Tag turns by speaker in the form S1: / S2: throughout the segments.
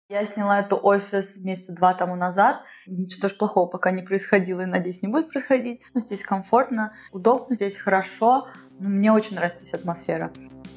S1: Я сняла этот офис месяца 2 тому назад. Ничего тоже плохого пока не происходило и, надеюсь, не будет происходить. Но здесь комфортно, удобно, здесь хорошо. Мне очень нравится здесь атмосфера.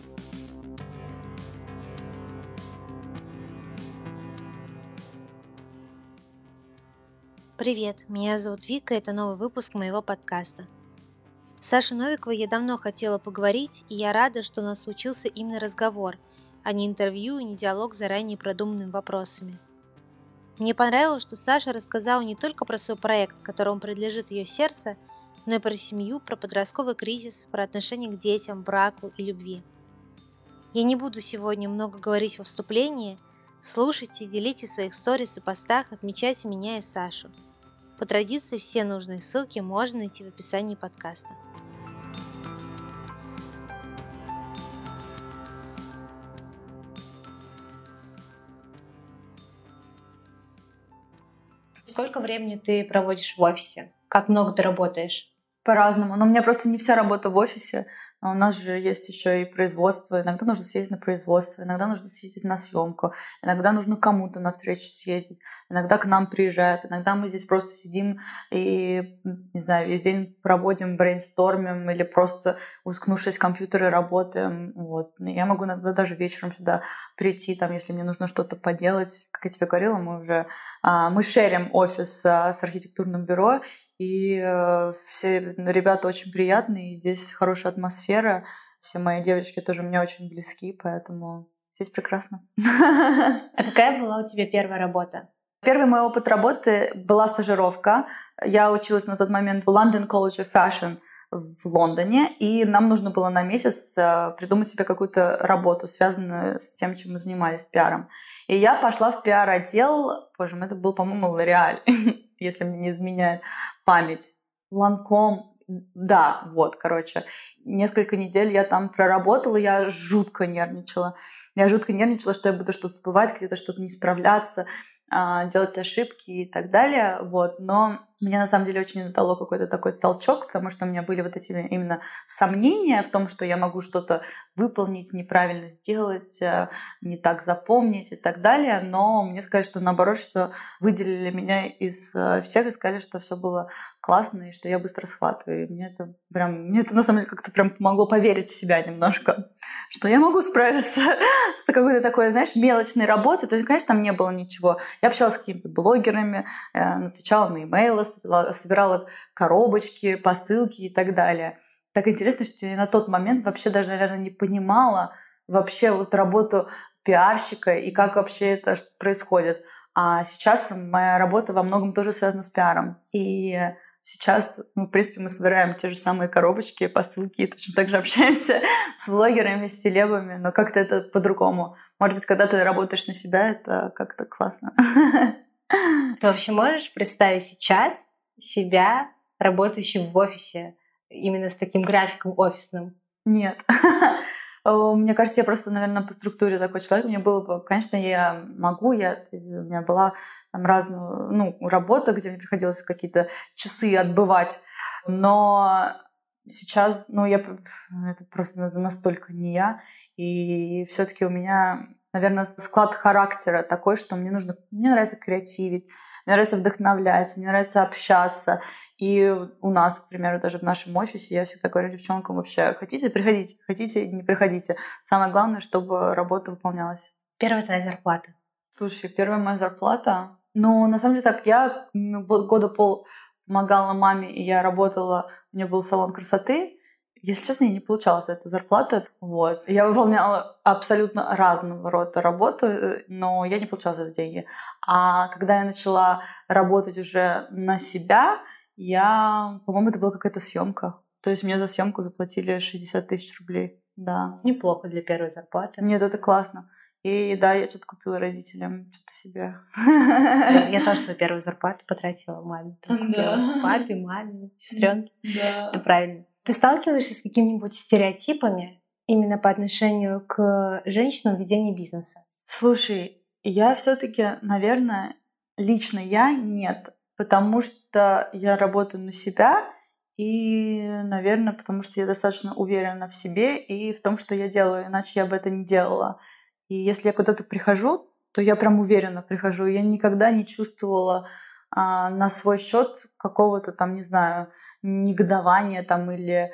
S2: Привет, меня зовут Вика, это новый выпуск моего подкаста. С Сашей Новиковой я давно хотела поговорить, и я рада, что у нас случился именно разговор, а не интервью и не диалог с заранее продуманными вопросами. Мне понравилось, что Саша рассказала не только про свой проект, которому принадлежит ее сердце, но и про семью, про подростковый кризис, про отношение к детям, браку и любви. Я не буду сегодня много говорить во вступлении. Слушайте, делите в своих сторис и постах, отмечайте меня и Сашу. По традиции все нужные ссылки можно найти в описании подкаста. Сколько времени ты проводишь в офисе? Как много ты работаешь?
S1: По-разному. Но у меня просто не вся работа в офисе. У нас же есть еще и производство. Иногда нужно съездить на производство, иногда нужно съездить на съемку, иногда нужно кому-то на встречу съездить, иногда к нам приезжают, иногда мы здесь просто сидим и, не знаю, весь день проводим, брейнстормим или просто, уткнувшись в компьютеры, работаем. Вот. И я могу иногда даже вечером сюда прийти, там, если мне нужно что-то поделать. Как я тебе говорила, мы шерим офис с архитектурным бюро, и все ребята очень приятные, и здесь хорошая атмосфера. Все мои девочки тоже мне очень близки, поэтому здесь прекрасно.
S2: А какая была у тебя первая работа?
S1: Первый мой опыт работы была стажировка. Я училась на тот момент в London College of Fashion в Лондоне, и нам нужно было на месяц придумать себе какую-то работу, связанную с тем, чем мы занимались, пиаром. И я пошла в пиар-отдел, боже мой, это был, по-моему, L'Oréal, если мне не изменяет память. Ланком, да, вот, короче. Несколько недель я там проработала, я жутко нервничала. Я жутко нервничала, что я буду что-то забывать, где-то что-то не справляться, делать ошибки и так далее. Вот. Но мне на самом деле очень дало какой-то такой толчок, потому что у меня были вот эти именно сомнения в том, что я могу что-то выполнить, неправильно сделать, не так запомнить и так далее. Но мне сказали, что наоборот, что выделили меня из всех и сказали, что все было классно и что я быстро схватываю. И мне это на самом деле как-то прям помогло поверить в себя немножко, что я могу справиться с какой-то такой, знаешь, мелочной работой. То есть, конечно, там не было ничего. Я общалась с какими-то блогерами, отвечала на имейлы, собирала коробочки, посылки и так далее. Так интересно, что я на тот момент вообще даже, наверное, не понимала вообще вот работу пиарщика и как вообще это происходит. А сейчас моя работа во многом тоже связана с пиаром. И сейчас, в принципе, мы собираем те же самые коробочки, посылки, и точно так же общаемся с блогерами, с селебами, но как-то это по-другому. Может быть, когда ты работаешь на себя, это как-то классно.
S2: Ты вообще можешь представить сейчас себя, работающим в офисе, именно с таким графиком офисным?
S1: Нет. Мне кажется, я просто, наверное, по структуре такой человек. Мне было бы, конечно, я могу, у меня была там разная работа, где мне приходилось какие-то часы отбывать, но сейчас, это просто настолько не я, и все-таки у меня, наверное, склад характера такой, что мне нравится креативить, мне нравится вдохновлять, мне нравится общаться. И у нас, к примеру, даже в нашем офисе я всегда говорю девчонкам вообще: хотите — приходите, хотите — не приходите. Самое главное, чтобы работа выполнялась.
S2: Первая твоя зарплата?
S1: Слушай, первая моя зарплата... на самом деле так, я года пол помогала маме, и я работала, у нее был салон красоты. Если честно, я не получала за это зарплаты. Вот. Я выполняла абсолютно разного рода работу, но я не получала за это деньги. А когда я начала работать уже на себя, по-моему, это была какая-то съемка. То есть мне за съемку заплатили 60 тысяч рублей. Да.
S2: Неплохо для первой зарплаты.
S1: Нет, это классно. И да, я что-то купила родителям, что-то себе.
S2: Я тоже свою первую зарплату потратила маме. Купила папе, маме, сестренке.
S1: Да.
S2: Это правильно. Ты сталкиваешься с какими-нибудь стереотипами именно по отношению к женщинам в ведении бизнеса?
S1: Слушай, я все-таки, наверное, лично я нет, потому что я работаю на себя, и, наверное, потому что я достаточно уверена в себе и в том, что я делаю, иначе я бы это не делала. И если я куда-то прихожу, то я прям уверенно прихожу. Я никогда не чувствовала на свой счет какого-то там, не знаю, негодования там или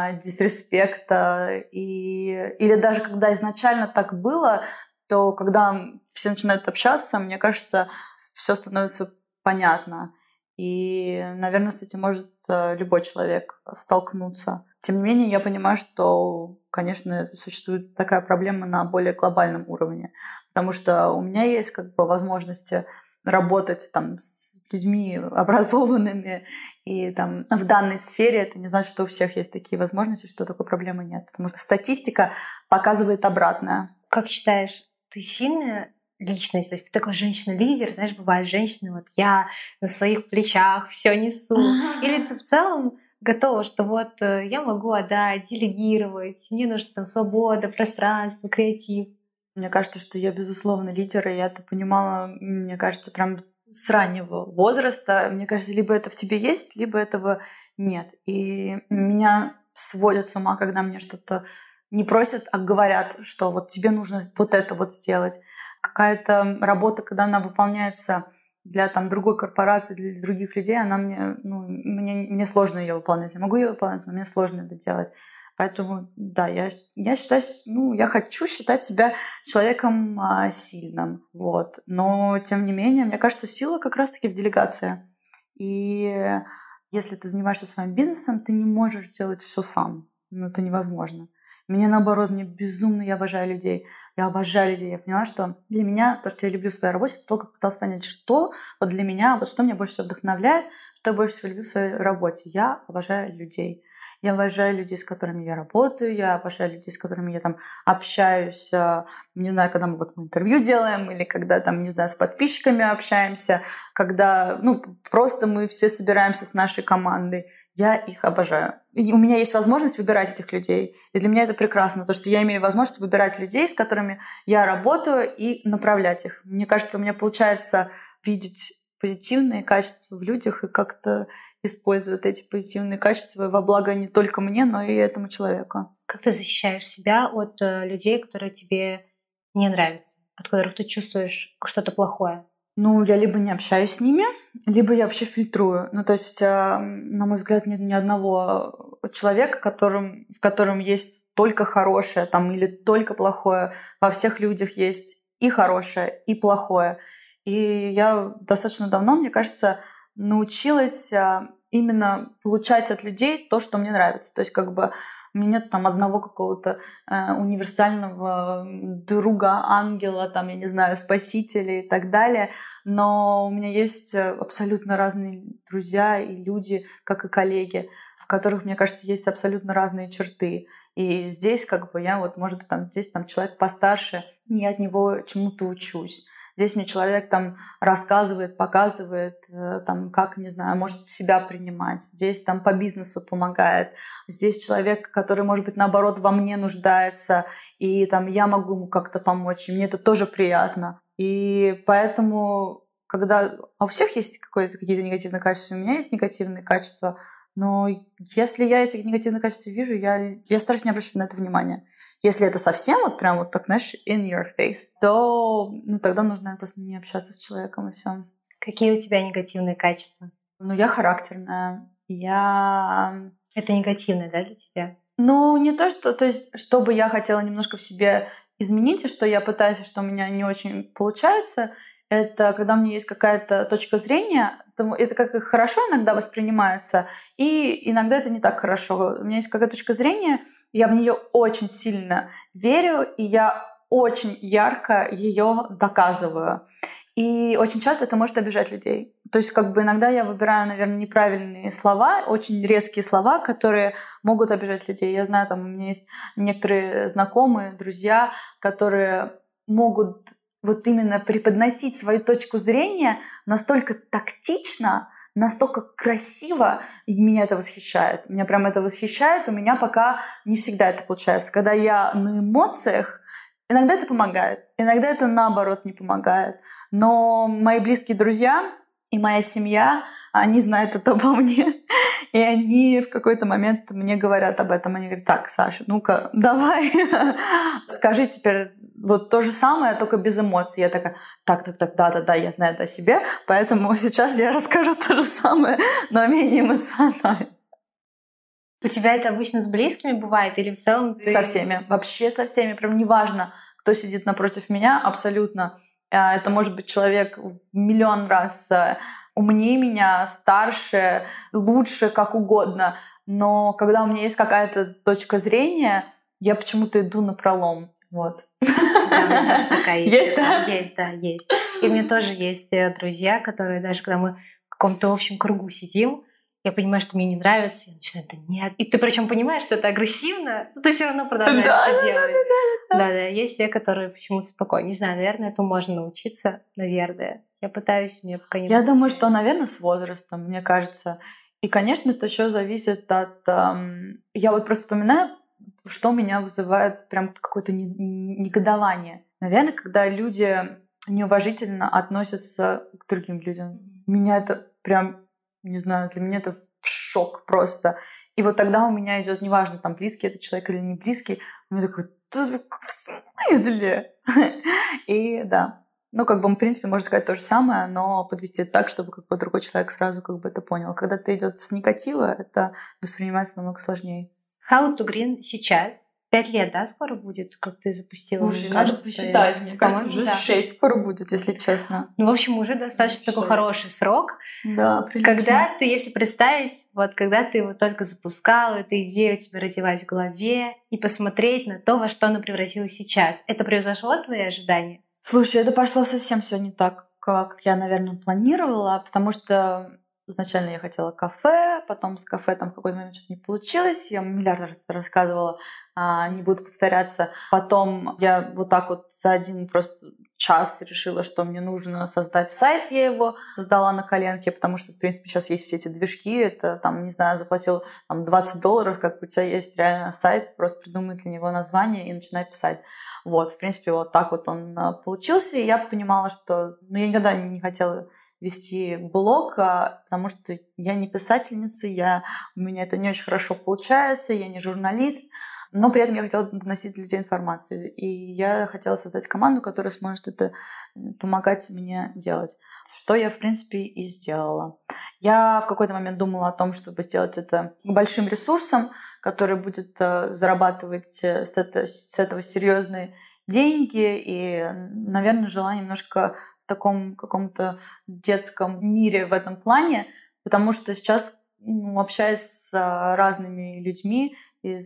S1: дисреспекта. Или даже когда изначально так было, то когда все начинают общаться, мне кажется, все становится понятно. И, наверное, с этим может любой человек столкнуться. Тем не менее, я понимаю, что, конечно, существует такая проблема на более глобальном уровне, потому что у меня есть как бы возможности работать там с людьми образованными, и там в данной сфере это не значит, что у всех есть такие возможности, что такой проблемы нет, потому что статистика показывает обратное.
S2: Как считаешь, ты сильная личность, то есть ты такой женщина-лидер, знаешь, бывают женщины, вот я на своих плечах все несу, или ты в целом готова, что вот я могу отдать, делегировать, мне нужна там свобода, пространство, креатив.
S1: Мне кажется, что я, безусловно, лидер, и я это понимала, мне кажется, прям с раннего возраста. Мне кажется, либо это в тебе есть, либо этого нет. И меня сводят с ума, когда мне что-то не просят, а говорят, что вот тебе нужно вот это вот сделать. Какая-то работа, когда она выполняется для там, другой корпорации, для других людей, она мне сложно ее выполнять. Я могу ее выполнять, но мне сложно это делать. Поэтому, да, я считаю, я хочу считать себя человеком сильным, вот. Но, тем не менее, мне кажется, сила как раз-таки в делегации. И если ты занимаешься своим бизнесом, ты не можешь делать все сам. Это невозможно. Мне наоборот, я обожаю людей. Я обожаю людей. Я поняла, что для меня то, что я люблю в своей работе, я только пыталась понять, что вот для меня, вот что меня больше всего вдохновляет, что я больше всего люблю в своей работе. Я обожаю людей. Я обожаю людей, с которыми я работаю, я обожаю людей, с которыми я там общаюсь, не знаю, когда мы интервью делаем, или когда там, не знаю, с подписчиками общаемся, когда, просто мы все собираемся с нашей командой. Я их обожаю. И у меня есть возможность выбирать этих людей. И для меня это прекрасно, то, что я имею возможность выбирать людей, с которыми я работаю, и направлять их. Мне кажется, у меня получается видеть позитивные качества в людях и как-то использовать эти позитивные качества во благо не только мне, но и этому человеку.
S2: Как ты защищаешь себя от людей, которые тебе не нравятся, от которых ты чувствуешь что-то плохое?
S1: Я либо не общаюсь с ними, либо я вообще фильтрую. То есть, на мой взгляд, нет ни одного человека, в котором есть только хорошее или только плохое. Во всех людях есть и хорошее, и плохое. И я достаточно давно, мне кажется, научилась именно получать от людей то, что мне нравится. То есть у меня нет одного какого-то универсального друга, ангела, я не знаю, спасителя и так далее. Но у меня есть абсолютно разные друзья и люди, как и коллеги, в которых, мне кажется, есть абсолютно разные черты. И здесь я, может быть, здесь человек постарше, и я от него чему-то учусь. Здесь мне человек рассказывает, показывает, как, не знаю, может себя принимать. Здесь по бизнесу помогает. Здесь человек, который, может быть, наоборот, во мне нуждается, и я могу ему как-то помочь. И мне это тоже приятно. И поэтому, когда у всех есть какие-то негативные качества, у меня есть негативные качества, но если я этих негативных качеств вижу, я стараюсь не обращать на это внимания. Если это совсем знаешь, in your face, то тогда нужно, наверное, просто не общаться с человеком, и все.
S2: Какие у тебя негативные качества?
S1: Я характерная.
S2: Это негативное, да, для тебя?
S1: Не то, что... То есть, что бы я хотела немножко в себе изменить, и что я пытаюсь, и что у меня не очень получается, это когда у меня есть какая-то точка зрения, это как хорошо иногда воспринимается, и иногда это не так хорошо. У меня есть какая-то точка зрения, я в нее очень сильно верю, и я очень ярко ее доказываю. И очень часто это может обижать людей. То есть иногда я выбираю, наверное, неправильные слова, очень резкие слова, которые могут обижать людей. Я знаю, у меня есть некоторые знакомые, друзья, которые могут именно преподносить свою точку зрения настолько тактично, настолько красиво, и меня это восхищает. Меня прям это восхищает, у меня пока не всегда это получается. Когда я на эмоциях, иногда это помогает, иногда это наоборот не помогает. Но мои близкие друзья и моя семья, они знают это обо мне. И они в какой-то момент мне говорят об этом. Они говорят: так, Саша, ну-ка, давай, скажи теперь вот то же самое, только без эмоций. Я такая: так, да, я знаю это о себе, поэтому сейчас я расскажу то же самое, но менее эмоционально.
S2: У тебя это обычно с близкими бывает или в целом ты...
S1: Со всеми, вообще со всеми, прям неважно, кто сидит напротив меня, абсолютно. Это может быть человек в миллион раз умнее меня, старше, лучше, как угодно. Но когда у меня есть какая-то точка зрения, я почему-то иду напролом. Вот.
S2: Да, у меня тоже такая есть.
S1: Есть, да?
S2: Есть. И у меня тоже есть друзья, которые даже когда мы в каком-то общем кругу сидим, я понимаю, что мне не нравится, я начинаю: да нет. И ты причем понимаешь, что это агрессивно, но ты все равно продолжаешь это делать. Да, есть те, которые почему-то спокойно. Не знаю, наверное, этому можно научиться, наверное. Я пытаюсь, мне пока не...
S1: Я думаю, что, наверное, с возрастом, мне кажется. И, конечно, это еще зависит от... Я вот просто вспоминаю, что меня вызывает прям какое-то негодование. Наверное, когда люди неуважительно относятся к другим людям. Меня это прям, не знаю, для меня это шок просто. И вот тогда у меня идет, неважно, там, близкий этот человек или не близкий, у меня такой: в смысле? И да. Ну, как бы, в принципе, можно сказать то же самое, но подвести это так, чтобы как бы другой человек сразу как бы это понял. Когда это идет с негатива, это воспринимается намного сложнее.
S2: How to Green сейчас 5 лет, да, скоро будет, как ты запустила?
S1: Слушай, надо посчитать. Мне кажется, уже 6 скоро будет, если честно.
S2: Ну, в общем, уже достаточно такой хороший срок.
S1: Да, прилично.
S2: Когда ты, если представить, вот когда ты его только запускала, эта идея у тебя родилась в голове, и посмотреть на то, во что она превратилась сейчас, это превзошло твои ожидания?
S1: Слушай, это пошло совсем все не так, как я, наверное, планировала, потому что изначально я хотела кафе, потом с кафе там в какой-то момент что-то не получилось, я миллиард раз рассказывала, не буду повторяться. Потом я вот так вот за один просто час решила, что мне нужно создать сайт, я его создала на коленке, потому что, в принципе, сейчас есть все эти движки, это там, не знаю, заплатил там $20, как у тебя есть реально сайт, просто придумай для него название и начинай писать. Вот, в принципе, вот так вот он получился, и я понимала, что... Ну, я никогда не хотела вести блог, потому что я не писательница, у меня это не очень хорошо получается, я не журналист, но при этом я хотела доносить для людей информацию. И я хотела создать команду, которая сможет это помогать мне делать. Что я, в принципе, и сделала. Я в какой-то момент думала о том, чтобы сделать это большим ресурсом, который будет зарабатывать с этого серьезные деньги. И, наверное, жила немножко в таком каком-то детском мире в этом плане, потому что сейчас, общаясь с разными людьми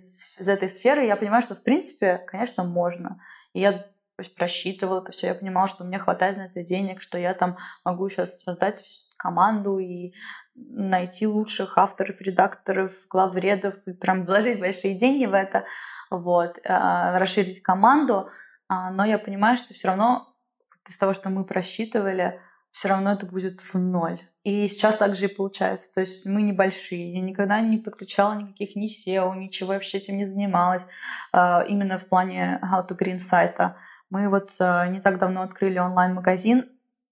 S1: из этой сферы, я понимаю, что, в принципе, конечно, можно. И я просчитывала это все, я понимала, что у меня хватает на это денег, что я там могу сейчас создать команду и найти лучших авторов, редакторов, главредов и прям вложить большие деньги в это, вот, расширить команду. Но я понимаю, что все равно из того, что мы просчитывали, все равно это будет в ноль. И сейчас так же и получается. То есть мы небольшие. Я никогда не подключала никаких ни SEO, ничего вообще этим не занималась. Именно в плане How to Green сайта. Мы вот не так давно открыли онлайн-магазин,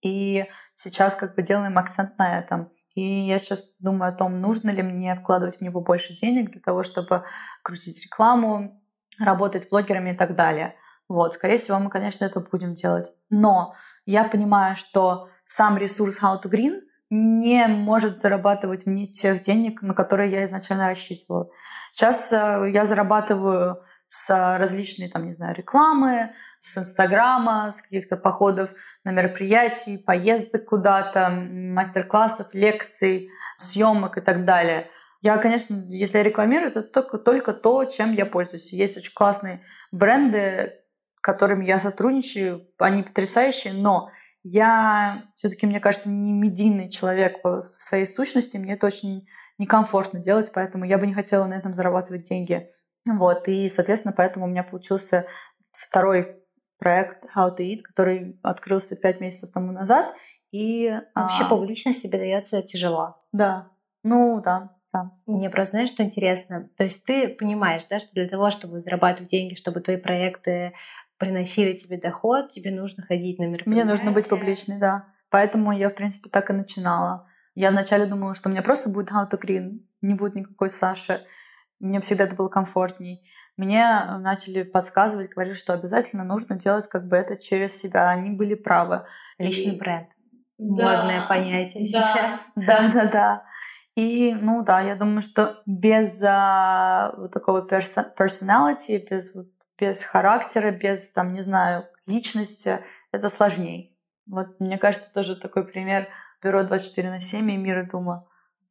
S1: и сейчас как бы делаем акцент на этом. И я сейчас думаю о том, нужно ли мне вкладывать в него больше денег для того, чтобы крутить рекламу, работать с блогерами и так далее. Вот, скорее всего, мы, конечно, это будем делать. Но я понимаю, что сам ресурс How to Green не может зарабатывать мне тех денег, на которые я изначально рассчитывала. Сейчас я зарабатываю с различной, там, не знаю, рекламы, с Инстаграма, с каких-то походов на мероприятия, поездок куда-то, мастер-классов, лекций, съемок и так далее. Я, конечно, если я рекламирую, это только то, чем я пользуюсь. Есть очень классные бренды, с которыми я сотрудничаю, они потрясающие, но я все-таки, мне кажется, не медийный человек по своей сущности, мне это очень некомфортно делать, поэтому я бы не хотела на этом зарабатывать деньги. Вот, и, соответственно, поэтому у меня получился второй проект How to Eat, который открылся 5 месяцев тому назад. И,
S2: вообще публичность тебе дается тяжело.
S1: Да, да.
S2: Мне просто, знаешь, что интересно? То есть ты понимаешь, да, что для того, чтобы зарабатывать деньги, чтобы твои проекты приносили тебе доход, тебе нужно ходить на мероприятия.
S1: Мне нужно быть публичной, да. Поэтому я, в принципе, так и начинала. Я вначале думала, что у меня просто будет How to Green, не будет никакой Саши. Мне всегда это было комфортней. Мне начали подсказывать, говорили, что обязательно нужно делать как бы это через себя. Они были правы.
S2: Личный бренд. Модное понятие сейчас.
S1: Да. И, я думаю, что без вот такого personality, без характера, без, там, не знаю, личности, это сложнее. Вот, мне кажется, тоже такой пример бюро 24/7 и Мир и Дума.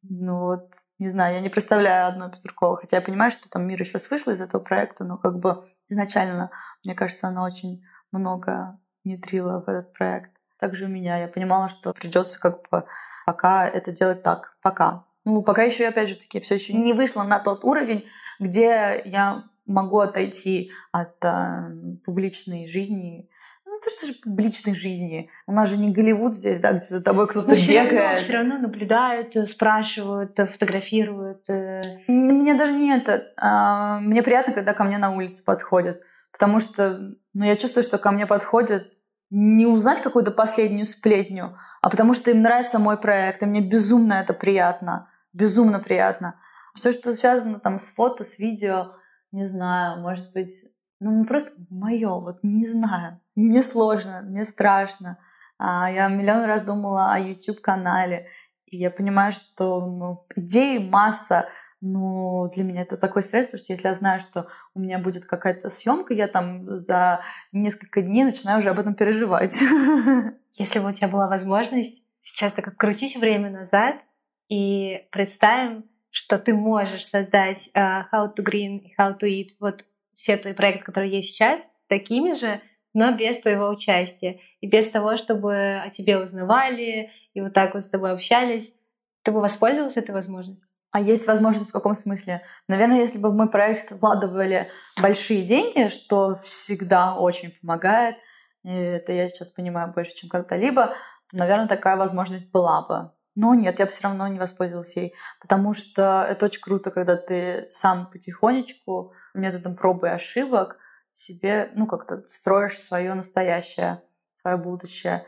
S1: Не знаю, я не представляю одно без другого. Хотя я понимаю, что там Мира сейчас вышла из этого проекта, но как бы изначально, мне кажется, она очень много внедрила в этот проект. Также у меня. Я понимала, что придется как бы пока это делать так. Пока. Пока еще я, опять же таки, все еще не вышла на тот уровень, где я могу отойти от публичной жизни. То, что же публичной жизни. У нас же не Голливуд здесь, да, где за тобой кто-то бегает.
S2: Все равно наблюдают, спрашивают, фотографируют.
S1: Мне даже не это. Мне приятно, когда ко мне на улице подходят. Потому что я чувствую, что ко мне подходят не узнать какую-то последнюю сплетню, а потому что им нравится мой проект, и мне безумно это приятно. Безумно приятно. Все, что связано там с фото, с видео, не знаю, может быть, просто моё, не знаю. Мне сложно, мне страшно. Я миллион раз думала о YouTube-канале, и я понимаю, что идей масса, но для меня это такой стресс, потому что если я знаю, что у меня будет какая-то съемка, я там за несколько дней начинаю уже об этом переживать.
S2: Если бы у тебя была возможность сейчас так открутить время назад и представим, что ты можешь создать How to Green и How to Eat, вот все твои проекты, которые есть сейчас, такими же, но без твоего участия. И без того, чтобы о тебе узнавали и вот так вот с тобой общались. Ты бы воспользовалась этой возможностью?
S1: А есть возможность в каком смысле? Наверное, если бы в мой проект вкладывали большие деньги, что всегда очень помогает, и это я сейчас понимаю больше, чем когда-либо, то, наверное, такая возможность была бы. Но нет, я бы все равно не воспользовалась ей, потому что это очень круто, когда ты сам потихонечку, методом проб и ошибок, себе, как-то строишь свое настоящее, свое будущее.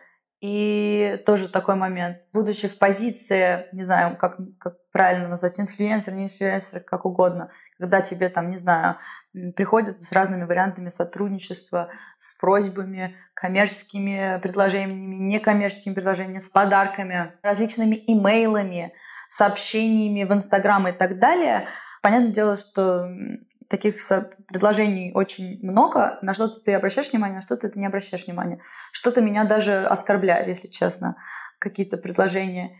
S1: И тоже такой момент. Будучи в позиции, не знаю, как правильно назвать, инфлюенсер, не инфлюенсер, как угодно, когда тебе там, не знаю, приходят с разными вариантами сотрудничества, с просьбами, коммерческими предложениями, некоммерческими предложениями, с подарками, различными имейлами, сообщениями в Инстаграм и так далее. Понятное дело, что таких предложений очень много. На что-то ты обращаешь внимание, на что-то ты не обращаешь внимания. Что-то меня даже оскорбляет, если честно, какие-то предложения.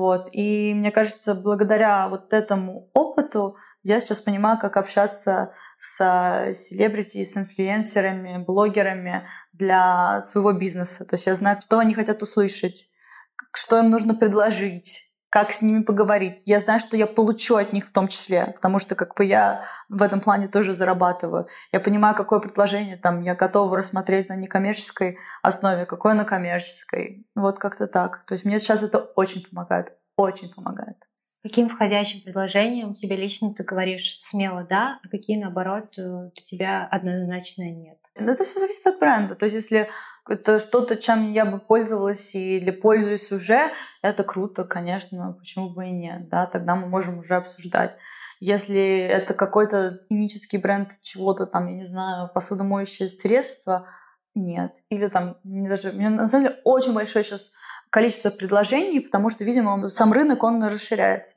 S1: И мне кажется, благодаря вот этому опыту я сейчас понимаю, как общаться с селебрити, с инфлюенсерами, блогерами для своего бизнеса. То есть я знаю, что они хотят услышать, что им нужно предложить, как с ними поговорить. Я знаю, что я получу от них в том числе, потому что я в этом плане тоже зарабатываю. Я понимаю, какое предложение там я готова рассмотреть на некоммерческой основе, какое на коммерческой. Как-то так. То есть мне сейчас это очень помогает. Очень помогает.
S2: Каким входящим предложением тебе лично ты говоришь смело «да», а какие, наоборот, для тебя однозначно «нет»?
S1: Это все зависит от бренда. То есть если это что-то, чем я бы пользовалась или пользуюсь уже, это круто, конечно, почему бы и нет. Да? Тогда мы можем уже обсуждать. Если это какой-то химический бренд чего-то там, я не знаю, посудомоющее средство, нет. Или там, мне на самом деле очень большое сейчас количество предложений, потому что, видимо, сам рынок, он расширяется.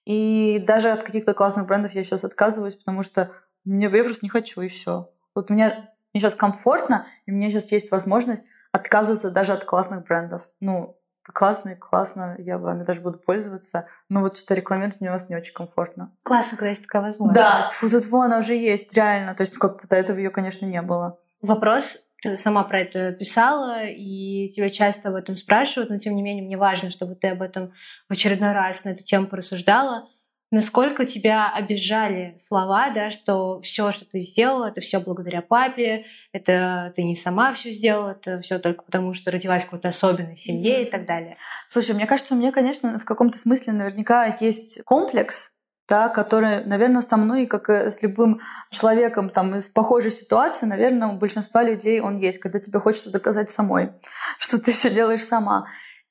S1: И даже от каких-то классных брендов я сейчас отказываюсь, потому что я просто не хочу, и все. Мне сейчас комфортно, и у меня сейчас есть возможность отказываться даже от классных брендов. Классно, я вами даже буду пользоваться, но что-то рекламировать мне у вас не очень комфортно.
S2: Классно, когда есть такая возможность.
S1: Да, тьфу, она уже есть, реально. То есть до этого ее, конечно, не было.
S2: Вопрос, ты сама про это писала, и тебя часто об этом спрашивают, но тем не менее мне важно, чтобы ты об этом в очередной раз на эту тему порассуждала. Насколько тебя обижали слова, да, что все, что ты сделала, это все благодаря папе, это ты не сама все сделала, это все только потому, что родилась в какой-то особенной семье и так далее.
S1: Слушай, мне кажется, у меня, конечно, в каком-то смысле наверняка есть комплекс, да, который, наверное, со мной, как и с любым человеком там, в похожей ситуации, наверное, у большинства людей он есть, когда тебе хочется доказать самой, что ты все делаешь сама.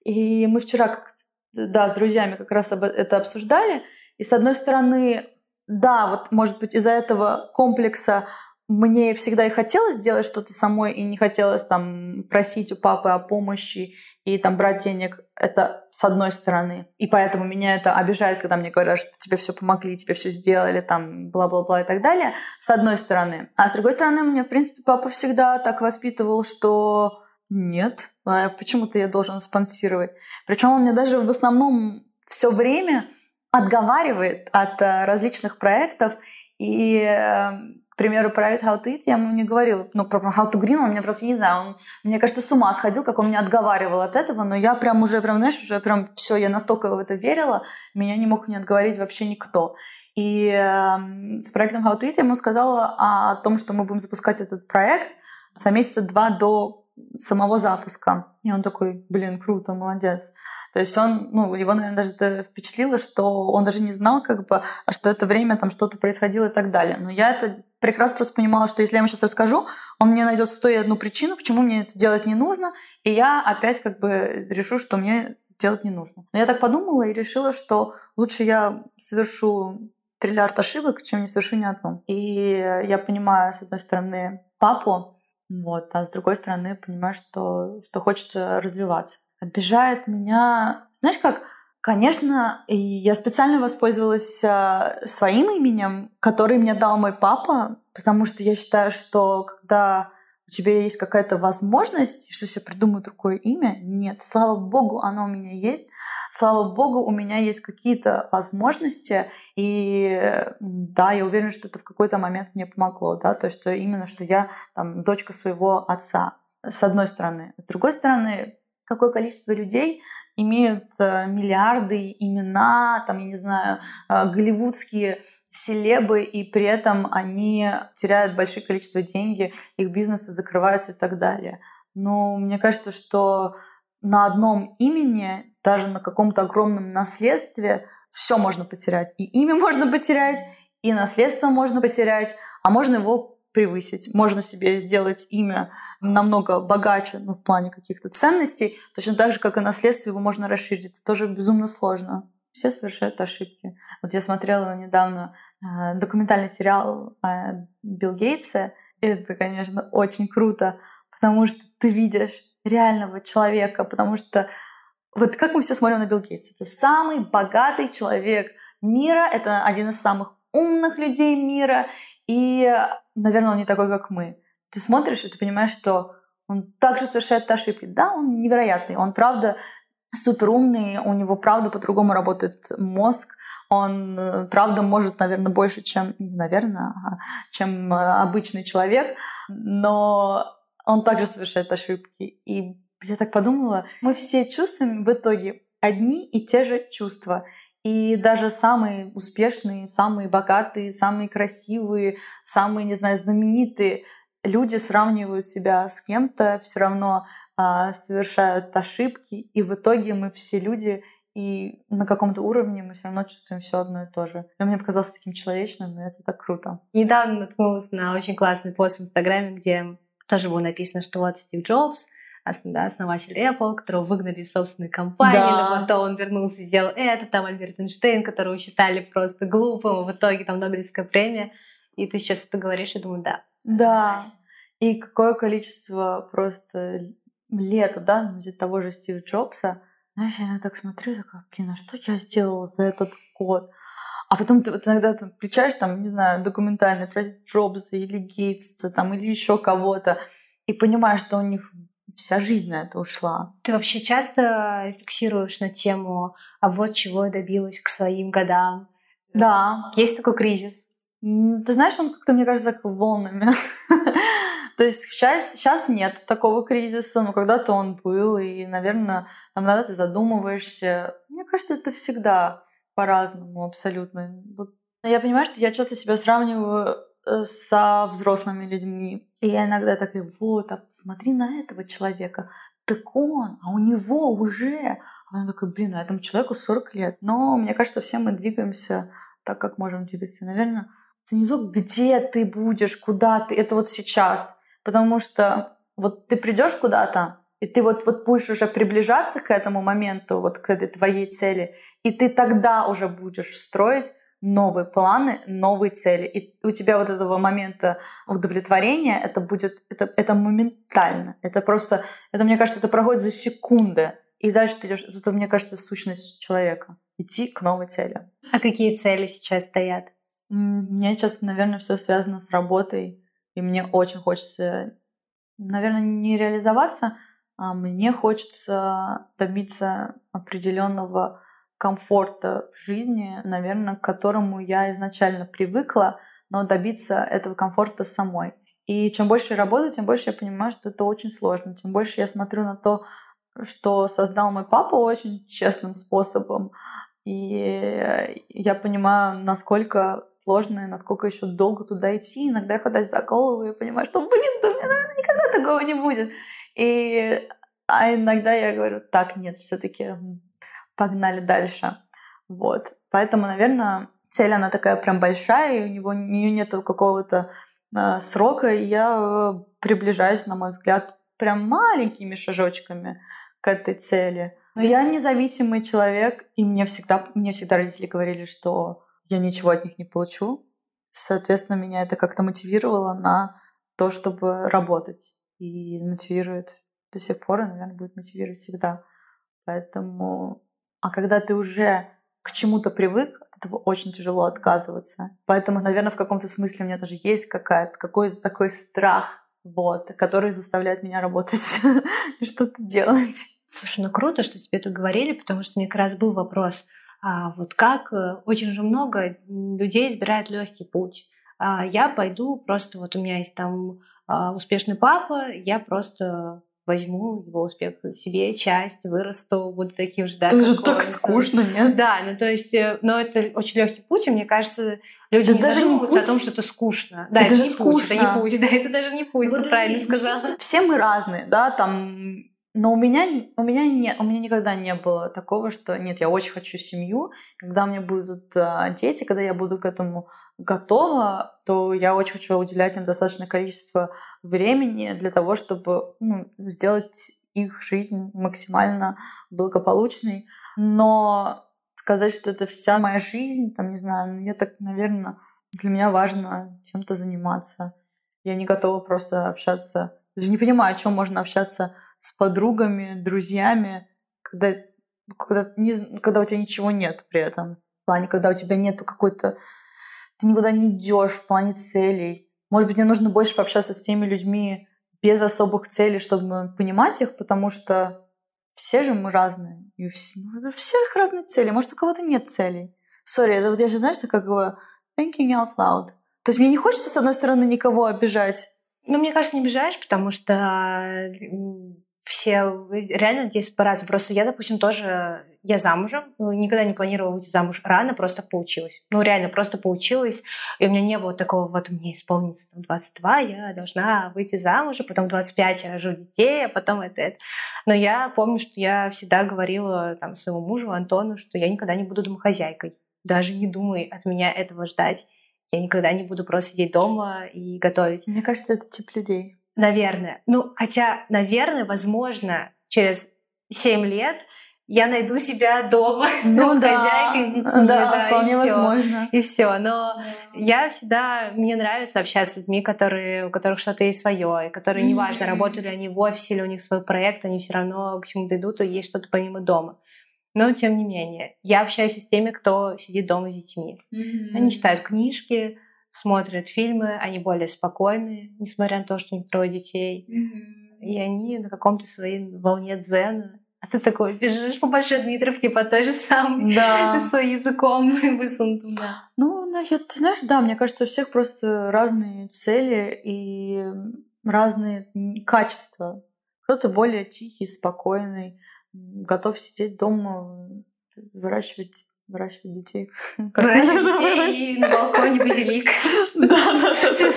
S1: И мы вчера с друзьями как раз это обсуждали. И с одной стороны, да, вот может быть из-за этого комплекса мне всегда и хотелось сделать что-то самой, и не хотелось там просить у папы о помощи и там брать денег. Это с одной стороны. И поэтому меня это обижает, когда мне говорят, что тебе все помогли, тебе все сделали, там бла-бла-бла и так далее. С одной стороны. А с другой стороны, меня, в принципе, папа всегда так воспитывал, что нет, почему-то я должен спонсировать. Причем он мне даже в основном все время отговаривает от различных проектов. И, к примеру, проект How to Eat я ему не говорила. Про How to Green он мне просто, не знаю, он, мне кажется, с ума сходил, как он меня отговаривал от этого. Но я прям все, я настолько в это верила, меня не мог не отговорить вообще никто. И с проектом How to Eat я ему сказала о том, что мы будем запускать этот проект за месяца 2 до самого запуска. И он такой, круто, молодец. То есть его, наверное, даже это впечатлило, что он даже не знал, что это время там что-то происходило и так далее. Но я это прекрасно просто понимала, что если я ему сейчас расскажу, он мне найдет 101 причину, почему мне это делать не нужно, и я опять решу, что мне делать не нужно. Но я так подумала и решила, что лучше я совершу триллиард ошибок, чем не совершу ни одну. И я понимаю, с одной стороны, папу, а с другой стороны, понимаю, что хочется развиваться. Обижает меня... Знаешь как? Конечно, я специально воспользовалась своим именем, который мне дал мой папа, потому что я считаю, что когда у тебя есть какая-то возможность, что себе придумать другое имя, нет, слава богу, оно у меня есть. Слава богу, у меня есть какие-то возможности, и да, я уверена, что это в какой-то момент мне помогло, да, то есть именно, что я там дочка своего отца, с одной стороны. С другой стороны, какое количество людей имеют миллиарды, имена, там, я не знаю, голливудские селебы, и при этом они теряют большое количество денег, их бизнесы закрываются и так далее. Но мне кажется, что на одном имени, даже на каком-то огромном наследстве, все можно потерять. И имя можно потерять, и наследство можно потерять, а можно его превысить. Можно себе сделать имя намного богаче, в плане каких-то ценностей, точно так же, как и наследство, его можно расширить. Это тоже безумно сложно. Все совершают ошибки. Вот я смотрела недавно документальный сериал о Билл Гейтсе. Это, конечно, очень круто, потому что ты видишь реального человека, потому что вот как мы все смотрим на Билл Гейтса. Это самый богатый человек мира, это один из самых умных людей мира, и, наверное, он не такой, как мы. Ты смотришь, и ты понимаешь, что он также совершает ошибки. Да, он невероятный, он, правда, супер умный, у него, правда, по-другому работает мозг, он, правда, может, наверное, больше, чем обычный человек, но он также совершает ошибки. И я так подумала, мы все чувствуем в итоге одни и те же чувства. И даже самые успешные, самые богатые, самые красивые, самые, не знаю, знаменитые люди сравнивают себя с кем-то, все равно совершают ошибки, и в итоге мы все люди, и на каком-то уровне мы все равно чувствуем все одно и то же. И мне показалось таким человечным, и это так круто.
S2: Недавно наткнулась на очень классный пост в Инстаграме, где тоже было написано, что вот Стив Джобс, основатель Apple, которого выгнали из собственной компании,
S1: Да.
S2: но потом он вернулся и сделал это, там Альберт Эйнштейн, которого считали просто глупым, и в итоге там Нобелевская премия. И ты сейчас это говоришь, и думаю, да.
S1: Да. И какое количество просто лет, взять того же Стива Джобса. Знаешь, я иногда так смотрю, такая, а что я сделала за этот год? А потом ты вот иногда включаешь, не знаю, документальный про Джобса или Гейтса, или еще кого-то, и понимаешь, что у них вся жизнь на это ушла.
S2: Ты вообще часто рефлексируешь на тему, а вот чего я добилась к своим годам?
S1: Да.
S2: Есть такой кризис?
S1: Ты знаешь, он как-то, мне кажется, так волнами. То есть сейчас нет такого кризиса, но когда-то он был, и, наверное, иногда ты задумываешься. Мне кажется, это всегда по-разному абсолютно. Вот. Я понимаю, что я часто себя сравниваю со взрослыми людьми. И я иногда такая, посмотри на этого человека. Так он, а у него уже... А она такая, а этому человеку 40 лет. Но мне кажется, все мы двигаемся так, как можем двигаться. Наверное, это не то, где ты будешь, куда ты. Это вот сейчас. Потому что вот ты придешь куда-то, И ты вот будешь уже приближаться к этому моменту, вот к этой твоей цели, и ты тогда уже будешь строить новые планы, новые цели. И у тебя вот этого момента удовлетворения это будет, это моментально. Это просто, это, мне кажется, это проходит за секунды. И дальше ты идешь. Это, мне кажется, сущность человека. Идти к новой цели.
S2: А какие цели сейчас стоят?
S1: У меня сейчас, наверное, все связано с работой. И мне очень хочется, наверное, не реализоваться, а мне хочется добиться определенного комфорта в жизни, наверное, к которому я изначально привыкла, но добиться этого комфорта самой. И чем больше я работаю, тем больше я понимаю, что это очень сложно. Тем больше я смотрю на то, что создал мой папа очень честным способом. И я понимаю, насколько сложно и насколько еще долго туда идти. Иногда я хватаюсь за голову и понимаю, что, да у меня, наверное, никогда такого не будет. А иногда я говорю, так, нет, все-таки погнали дальше. Вот. Поэтому, наверное, цель, она такая прям большая, и у нее нету какого-то срока, и я приближаюсь, на мой взгляд, прям маленькими шажочками к этой цели. Но я независимый человек, и мне всегда родители говорили, что я ничего от них не получу. Соответственно, меня это как-то мотивировало на то, чтобы работать. И мотивирует до сих пор, и, наверное, будет мотивировать всегда. Поэтому... А когда ты уже к чему-то привык, от этого очень тяжело отказываться. Поэтому, наверное, в каком-то смысле у меня даже есть какой-то такой страх, вот, который заставляет меня работать и что-то делать.
S2: Слушай, ну круто, что тебе это говорили, потому что у меня как раз был вопрос, вот как очень же много людей избирают легкий путь. Я пойду просто, вот у меня есть там успешный папа, я просто возьму его успех себе, часть, вырасту, буду таким же, да.
S1: Это же так скучно, нет?
S2: Да, ну то есть, но это очень легкий путь, и мне кажется, люди не задумываются о том, что это скучно. Да, это не путь, это не путь, да, это даже не путь, ты правильно сказала.
S1: Все мы разные, да, там... Но у меня никогда не было такого, что нет, я очень хочу семью. Когда у меня будут дети, когда я буду к этому готова, то я очень хочу уделять им достаточное количество времени для того, чтобы сделать их жизнь максимально благополучной. Но сказать, что это вся моя жизнь, там, не знаю, я так, наверное, для меня важно чем-то заниматься. Я не готова просто общаться. Даже не понимаю, о чем можно общаться с подругами, друзьями, когда у тебя ничего нет при этом. В плане, когда у тебя нету какой-то... Ты никуда не идешь в плане целей. Может быть, мне нужно больше пообщаться с теми людьми без особых целей, чтобы понимать их, потому что все же мы разные. И у всех разные цели. Может, у кого-то нет целей. Сори, это вот я сейчас, знаешь, как бы thinking out loud. То есть мне не хочется, с одной стороны, никого обижать.
S2: Ну, мне кажется, не обижаешь, потому что все реально действуют по-разному. Просто я, допустим, тоже... Я замужем. Никогда не планировала выйти замуж рано, просто получилось. Ну, реально, просто получилось. И у меня не было такого, вот мне исполнится там 22, я должна выйти замуж, а потом 25 я рожу детей, а потом это. Но я помню, что я всегда говорила там своему мужу Антону, что я никогда не буду домохозяйкой. Даже не думай от меня этого ждать. Я никогда не буду просто сидеть дома и готовить.
S1: Мне кажется, это тип людей.
S2: Наверное. Ну, хотя, наверное, возможно, через 7 лет я найду себя дома с домохозяйкой, с детьми.
S1: Да, вполне возможно.
S2: И все. Но я всегда... Мне нравится общаться с людьми, у которых что-то есть свое, и которые, неважно, работали они в офисе или у них свой проект, они все равно к чему-то идут, и есть что-то помимо дома. Но, тем не менее, я общаюсь с теми, кто сидит дома с детьми. Они читают книжки, смотрят фильмы, они более спокойные, несмотря на то, что у них 3 детей. И они на каком-то своей волне дзена. А ты такой бежишь по Большой Дмитровке по той же самой, с языком высунутым. Да.
S1: Ну, ты знаешь, да, мне кажется, у всех просто разные цели и разные качества. Кто-то более тихий, спокойный, готов сидеть дома, выращивать детей.
S2: Выращивать детей и на балконе базилик.
S1: Да.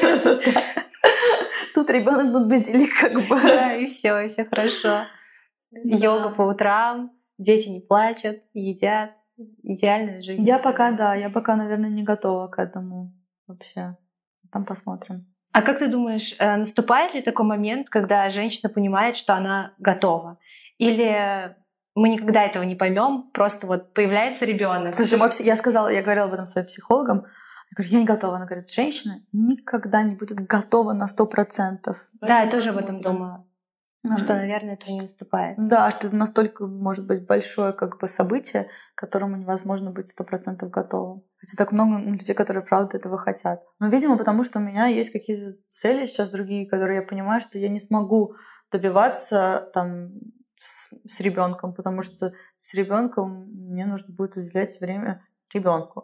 S1: Тут ребенок, тут базилик, как бы.
S2: Да, и все хорошо. Йога по утрам, дети не плачут, едят. Идеальная жизнь.
S1: Я пока, наверное, не готова к этому вообще. Там посмотрим.
S2: А как ты думаешь, наступает ли такой момент, когда женщина понимает, что она готова? Или мы никогда этого не поймем, просто вот появляется ребенок?
S1: Слушай, я говорила об этом своим психологам. Я говорю, я не готова. Она говорит, женщина никогда не будет готова на 100%.
S2: Да, я тоже об этом думала. Что, наверное, это не наступает.
S1: Да, что это настолько, может быть, большое событие, к которому невозможно быть 100% готовым. Хотя так много людей, которые правда этого хотят. Но, видимо, потому что у меня есть какие-то цели сейчас другие, которые я понимаю, что я не смогу добиваться там с ребенком, потому что с ребенком мне нужно будет уделять время ребенку.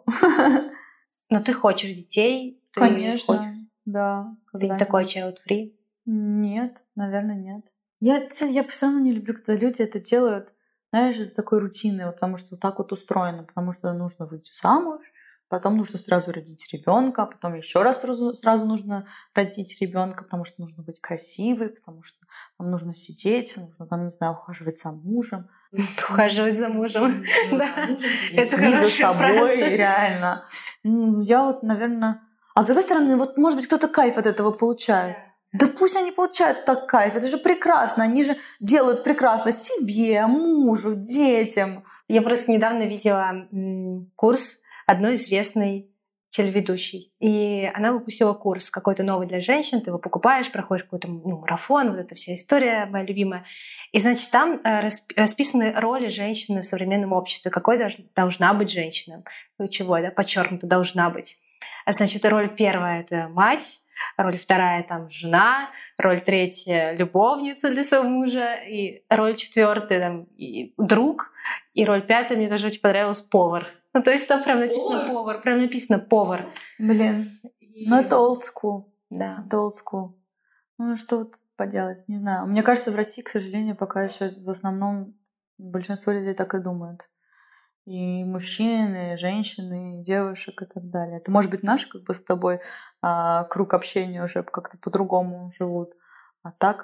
S2: Но ты хочешь детей?
S1: Конечно, да.
S2: Ты не такой child-free?
S1: Нет, наверное, нет. Я все равно не люблю, когда люди это делают, знаешь, из такой рутины, потому что вот так вот устроено, потому что нужно выйти замуж, потом нужно сразу родить ребенка, потом еще раз сразу нужно родить ребенка, потому что нужно быть красивой, потому что нам нужно сидеть, нужно там, не знаю, ухаживать за мужем.
S2: Ухаживать за мужем. Да,
S1: это за собой, реально. Я вот, наверное... А с другой стороны, вот, может быть, кто-то кайф от этого получает. Да пусть они получают так кайф, это же прекрасно, они же делают прекрасно себе, мужу, детям.
S2: Я просто недавно видела курс одной известной телеведущей, и она выпустила курс какой-то новый для женщин, ты его покупаешь, проходишь какой-то марафон, вот эта вся история моя любимая. И, значит, там расписаны роли женщины в современном обществе, какой должна быть женщина, ключевой, да, подчеркнуто, должна быть. А, значит, роль первая — это мать, роль вторая там жена, роль третья любовница для своего мужа, и роль четвертая там и друг, и роль пятая мне даже очень понравилась повар. Ну, то есть там прям написано повар, прям написано повар.
S1: Блин, ну это old school.
S2: Да.
S1: Это old school. Ну что вот поделать, не знаю. Мне кажется, в России, к сожалению, пока еще в основном большинство людей так и думают. И мужчины, и женщины, и девушек и так далее. Это может быть наш с тобой круг общения уже как-то по-другому живут. А так,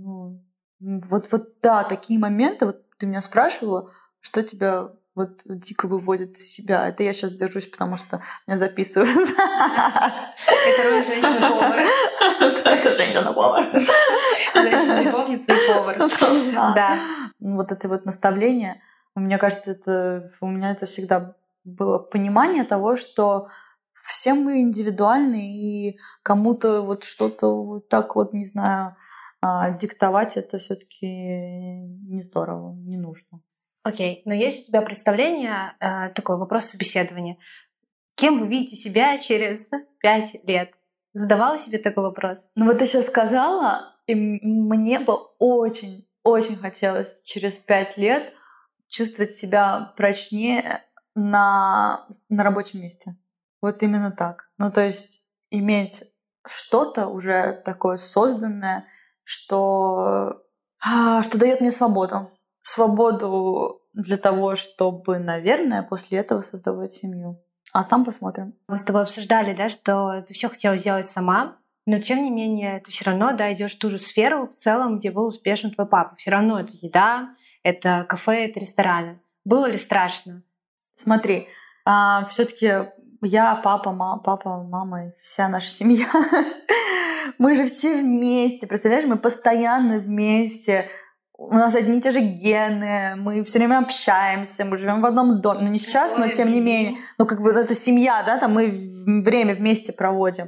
S1: вот да, такие моменты, вот ты меня спрашивала, что тебя вот дико выводит из себя. Это я сейчас держусь, потому что меня записывают.
S2: Это роль женщины-повара.
S1: Это женщина-повар.
S2: Женщина-любовница и повар. Да.
S1: Вот эти вот наставления. Мне кажется, у меня это всегда было понимание того, что все мы индивидуальны, и кому-то вот что-то вот так вот, не знаю, диктовать это все-таки не здорово, не нужно.
S2: Окей, но есть у тебя представление, такой вопрос собеседования. Кем вы видите себя через 5 лет? Задавала себе такой вопрос?
S1: Ну вот ты сейчас сказала, и мне бы очень хотелось через 5 лет чувствовать себя прочнее на рабочем месте. Вот именно так. Ну, то есть иметь что-то уже такое созданное, что дает мне свободу. Свободу для того, чтобы, наверное, после этого создавать семью. А там посмотрим.
S2: Мы с тобой обсуждали, да, что ты все хотела сделать сама, но тем не менее ты все равно, да, идешь в ту же сферу в целом, где был успешен твой папа. Все равно это еда, это кафе, это рестораны. Было ли страшно?
S1: Смотри, все-таки я, папа, мама и вся наша семья. Мы же все вместе, представляешь, мы постоянно вместе. У нас одни и те же гены, мы все время общаемся, мы живем в одном доме. Ну, не сейчас, но тем не менее. Ну, это семья, да, там мы время вместе проводим.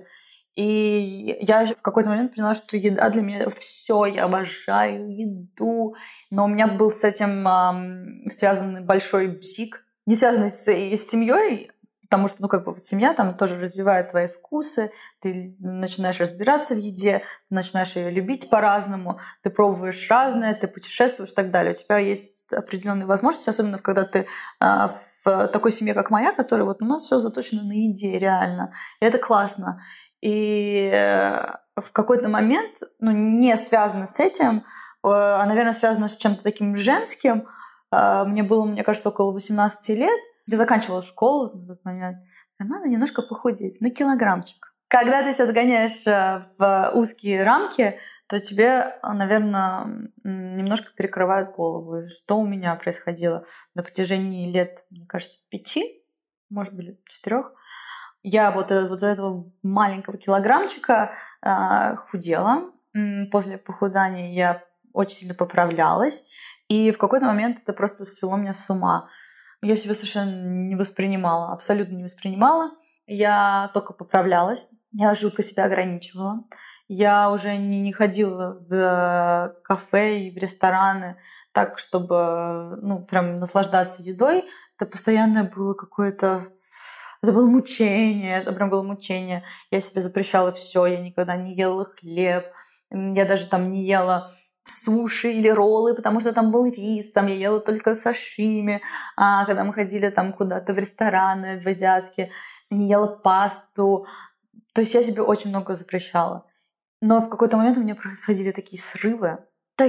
S1: И я в какой-то момент поняла, что еда для меня все, я обожаю еду. Но у меня был с этим связан большой бзик, не связанный с семьей, потому что, семья там тоже развивает твои вкусы, ты начинаешь разбираться в еде, начинаешь ее любить по-разному, ты пробуешь разное, ты путешествуешь и так далее. У тебя есть определенные возможности, особенно когда ты в такой семье, как моя, которая вот у нас все заточено на еде, реально. И это классно. И в какой-то момент, не связано с этим, а, наверное, связано с чем-то таким женским. Мне было, мне кажется, около 18 лет. Я заканчивала школу в тот момент. Надо немножко похудеть, на килограммчик. Когда ты себя загоняешь в узкие рамки, то тебе, наверное, немножко перекрывают голову. И что у меня происходило на протяжении лет, мне кажется, 5, может быть, 4. Я вот за этого маленького килограммчика худела. После похудания я очень сильно поправлялась. И в какой-то момент это просто свело меня с ума. Я себя совершенно не воспринимала, абсолютно не воспринимала. Я только поправлялась. Я жутко себя ограничивала. Я уже не ходила в кафе и в рестораны так, чтобы прям наслаждаться едой. Это постоянно было какое-то... Это было мучение, это прям было мучение. Я себе запрещала все, я никогда не ела хлеб. Я даже там не ела суши или роллы, потому что там был рис, там я ела только сашими. А когда мы ходили там куда-то в рестораны, в азиатские, не ела пасту. То есть я себе очень много запрещала. Но в какой-то момент у меня происходили такие срывы,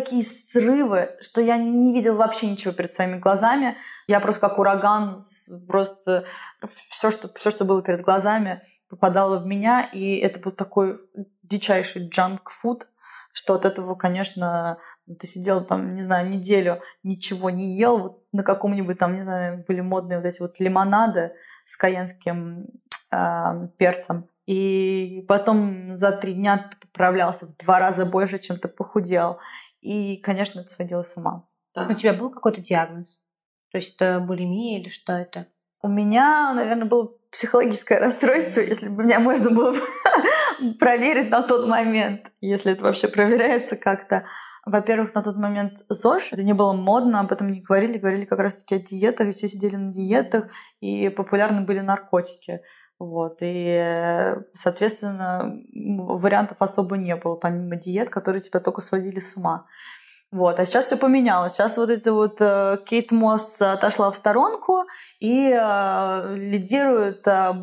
S1: что я не видела вообще ничего перед своими глазами. Я просто как ураган, просто все, что было перед глазами, попадало в меня. И это был такой дичайший джанк-фуд, что от этого, конечно, ты сидел там, не знаю, неделю, ничего не ел. Вот на каком-нибудь там, не знаю, были модные вот эти вот лимонады с кайенским перцем. И потом за 3 дня ты поправлялся в 2 раза больше, чем ты похудел. И, конечно, это сводило с ума.
S2: У тебя был какой-то диагноз? То есть это булимия или что это?
S1: У меня, наверное, было психологическое расстройство, если бы меня можно было проверить на тот момент, если это вообще проверяется как-то. Во-первых, на тот момент ЗОЖ, это не было модно, об этом не говорили как раз-таки о диетах, и все сидели на диетах, и популярны были наркотики. Вот, и, соответственно, вариантов особо не было, помимо диет, которые тебя только сводили с ума. Вот, а сейчас все поменялось. Сейчас вот эта вот Кейт Мосс отошла в сторонку и лидирует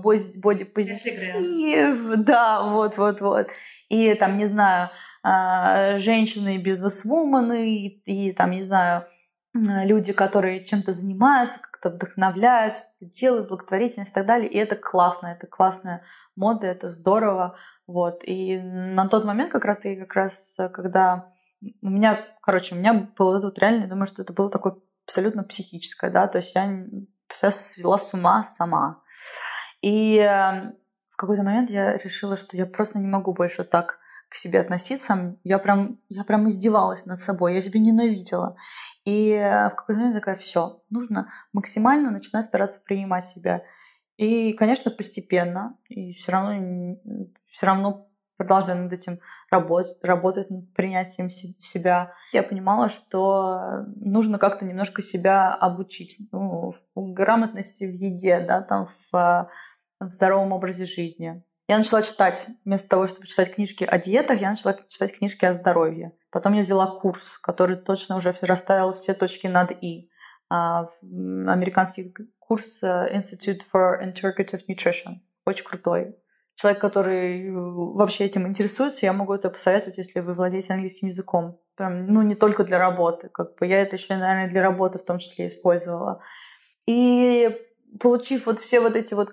S1: бодипозитив. Да, вот. И там, не знаю, женщины, бизнесвумены, и там, не знаю, люди, которые чем-то занимаются, как-то вдохновляют, что-то делают, благотворительность и так далее. И это классно, это классная мода, это здорово. Вот. И на тот момент когда у меня было это вот реально, я думаю, что это было такое абсолютно психическое, да, то есть я свела с ума сама. И в какой-то момент я решила, что я просто не могу больше так к себе относиться. Я прям издевалась над собой, я себя ненавидела. И в какой-то момент такая: все, нужно максимально начинать стараться принимать себя. И, конечно, постепенно, и все равно продолжая над этим работать над принятием себя. Я понимала, что нужно как-то немножко себя обучить в грамотности в еде, да, там в здоровом образе жизни. Я начала читать, вместо того, чтобы читать книжки о диетах, я начала читать книжки о здоровье. Потом я взяла курс, который точно уже расставил все точки над «и». Американский курс Institute for Integrative Nutrition. Очень крутой. Человек, который вообще этим интересуется, я могу это посоветовать, если вы владеете английским языком. Прям, не только для работы. Я это еще, наверное, для работы в том числе использовала. И получив вот все вот эти вот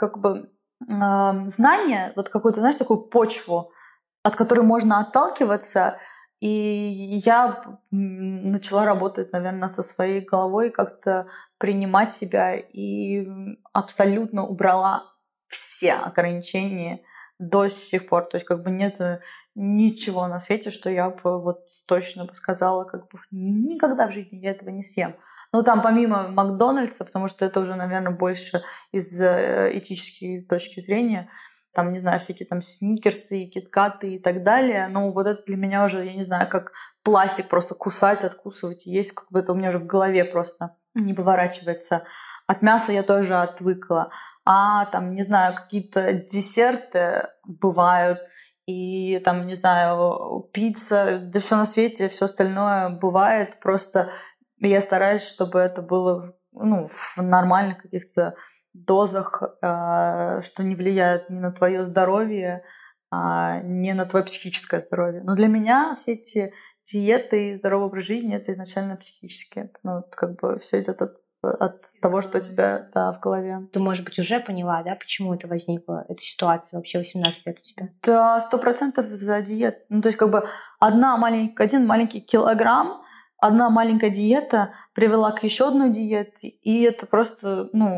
S1: знания, вот какую-то, знаешь, такую почву, от которой можно отталкиваться, и я начала работать, наверное, со своей головой, как-то принимать себя и абсолютно убрала все ограничения до сих пор. То есть нет ничего на свете, что я бы точно бы сказала, никогда в жизни я этого не съем. Там помимо Макдональдса, потому что это уже, наверное, больше из этической точки зрения, там, не знаю, всякие там сникерсы, киткаты и так далее. Вот это для меня уже, я не знаю, как пластик просто кусать, откусывать и есть. Это у меня уже в голове просто не поворачивается. От мяса я тоже отвыкла. Там, не знаю, какие-то десерты бывают. И там, не знаю, пицца, да все на свете, все остальное бывает. Просто я стараюсь, чтобы это было в нормальных каких-то дозах, что не влияет ни на твое здоровье, ни на твое психическое здоровье. Но для меня все эти диеты и здоровый образ жизни — это изначально психические. Все идет от того, что у тебя в голове.
S2: Ты, может быть, уже поняла, да, почему это возникла, эта ситуация вообще 18 лет у тебя?
S1: Да, 100% за диет. То есть один маленький килограмм, одна маленькая диета привела к еще одной диете, и это просто,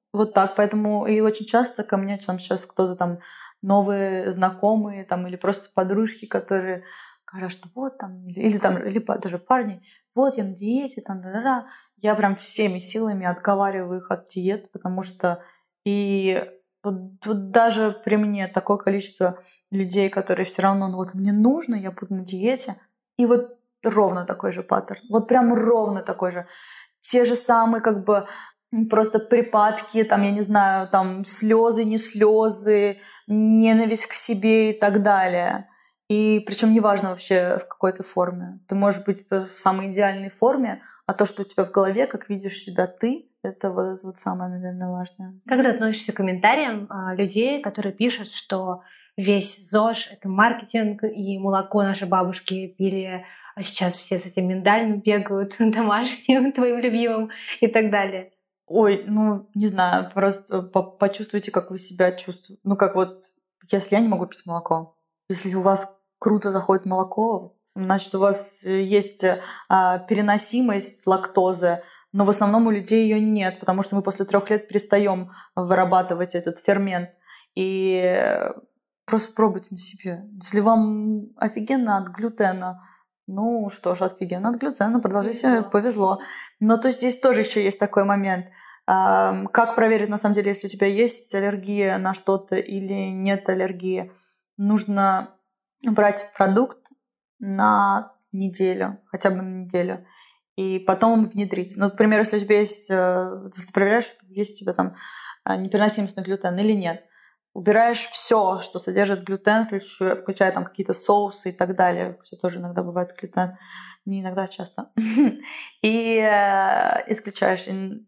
S1: Вот так, поэтому и очень часто ко мне там сейчас кто-то там новые знакомые там или просто подружки, которые говорят, что вот там, или там, даже парни, вот я на диете, там, да-да-да. Я прям всеми силами отговариваю их от диет, потому что и вот даже при мне такое количество людей, которые все равно, ну вот мне нужно, я буду на диете, и вот ровно такой же паттерн, вот прям ровно такой же. Те же самые как бы просто припадки, там, я не знаю, там слезы, не слезы, ненависть к себе и так далее. И причем неважно вообще в какой-то форме. Ты можешь быть в самой идеальной форме, а то, что у тебя в голове, как видишь себя ты, это вот самое, наверное, важное.
S2: Как ты относишься к комментариям людей, которые пишут, что весь ЗОЖ — это маркетинг, и молоко наши бабушки пили, а сейчас все с этим миндальным бегают, домашним, твоим любимым и так далее?
S1: Ой, ну, не знаю, просто почувствуйте, как вы себя чувствуете. Ну, как вот, если я не могу пить молоко, если у вас круто заходит молоко, значит, у вас есть переносимость лактозы, но в основном у людей ее нет, потому что мы после 3 лет перестаем вырабатывать этот фермент. И просто пробуйте на себе. Если вам офигенно от глютена, ну что ж, офигенно от глютена, продолжите, повезло. Но то здесь тоже еще есть такой момент. Как проверить, на самом деле, если у тебя есть аллергия на что-то или нет аллергии? Нужно брать продукт на неделю, хотя бы на неделю, и потом внедрить. Ну, например, если у тебя есть, ты проверяешь, есть у тебя там непереносимость на глютен или нет. Убираешь все, что содержит глютен, включая там какие-то соусы и так далее. Все тоже иногда бывает глютен, не иногда, а часто. И исключаешь.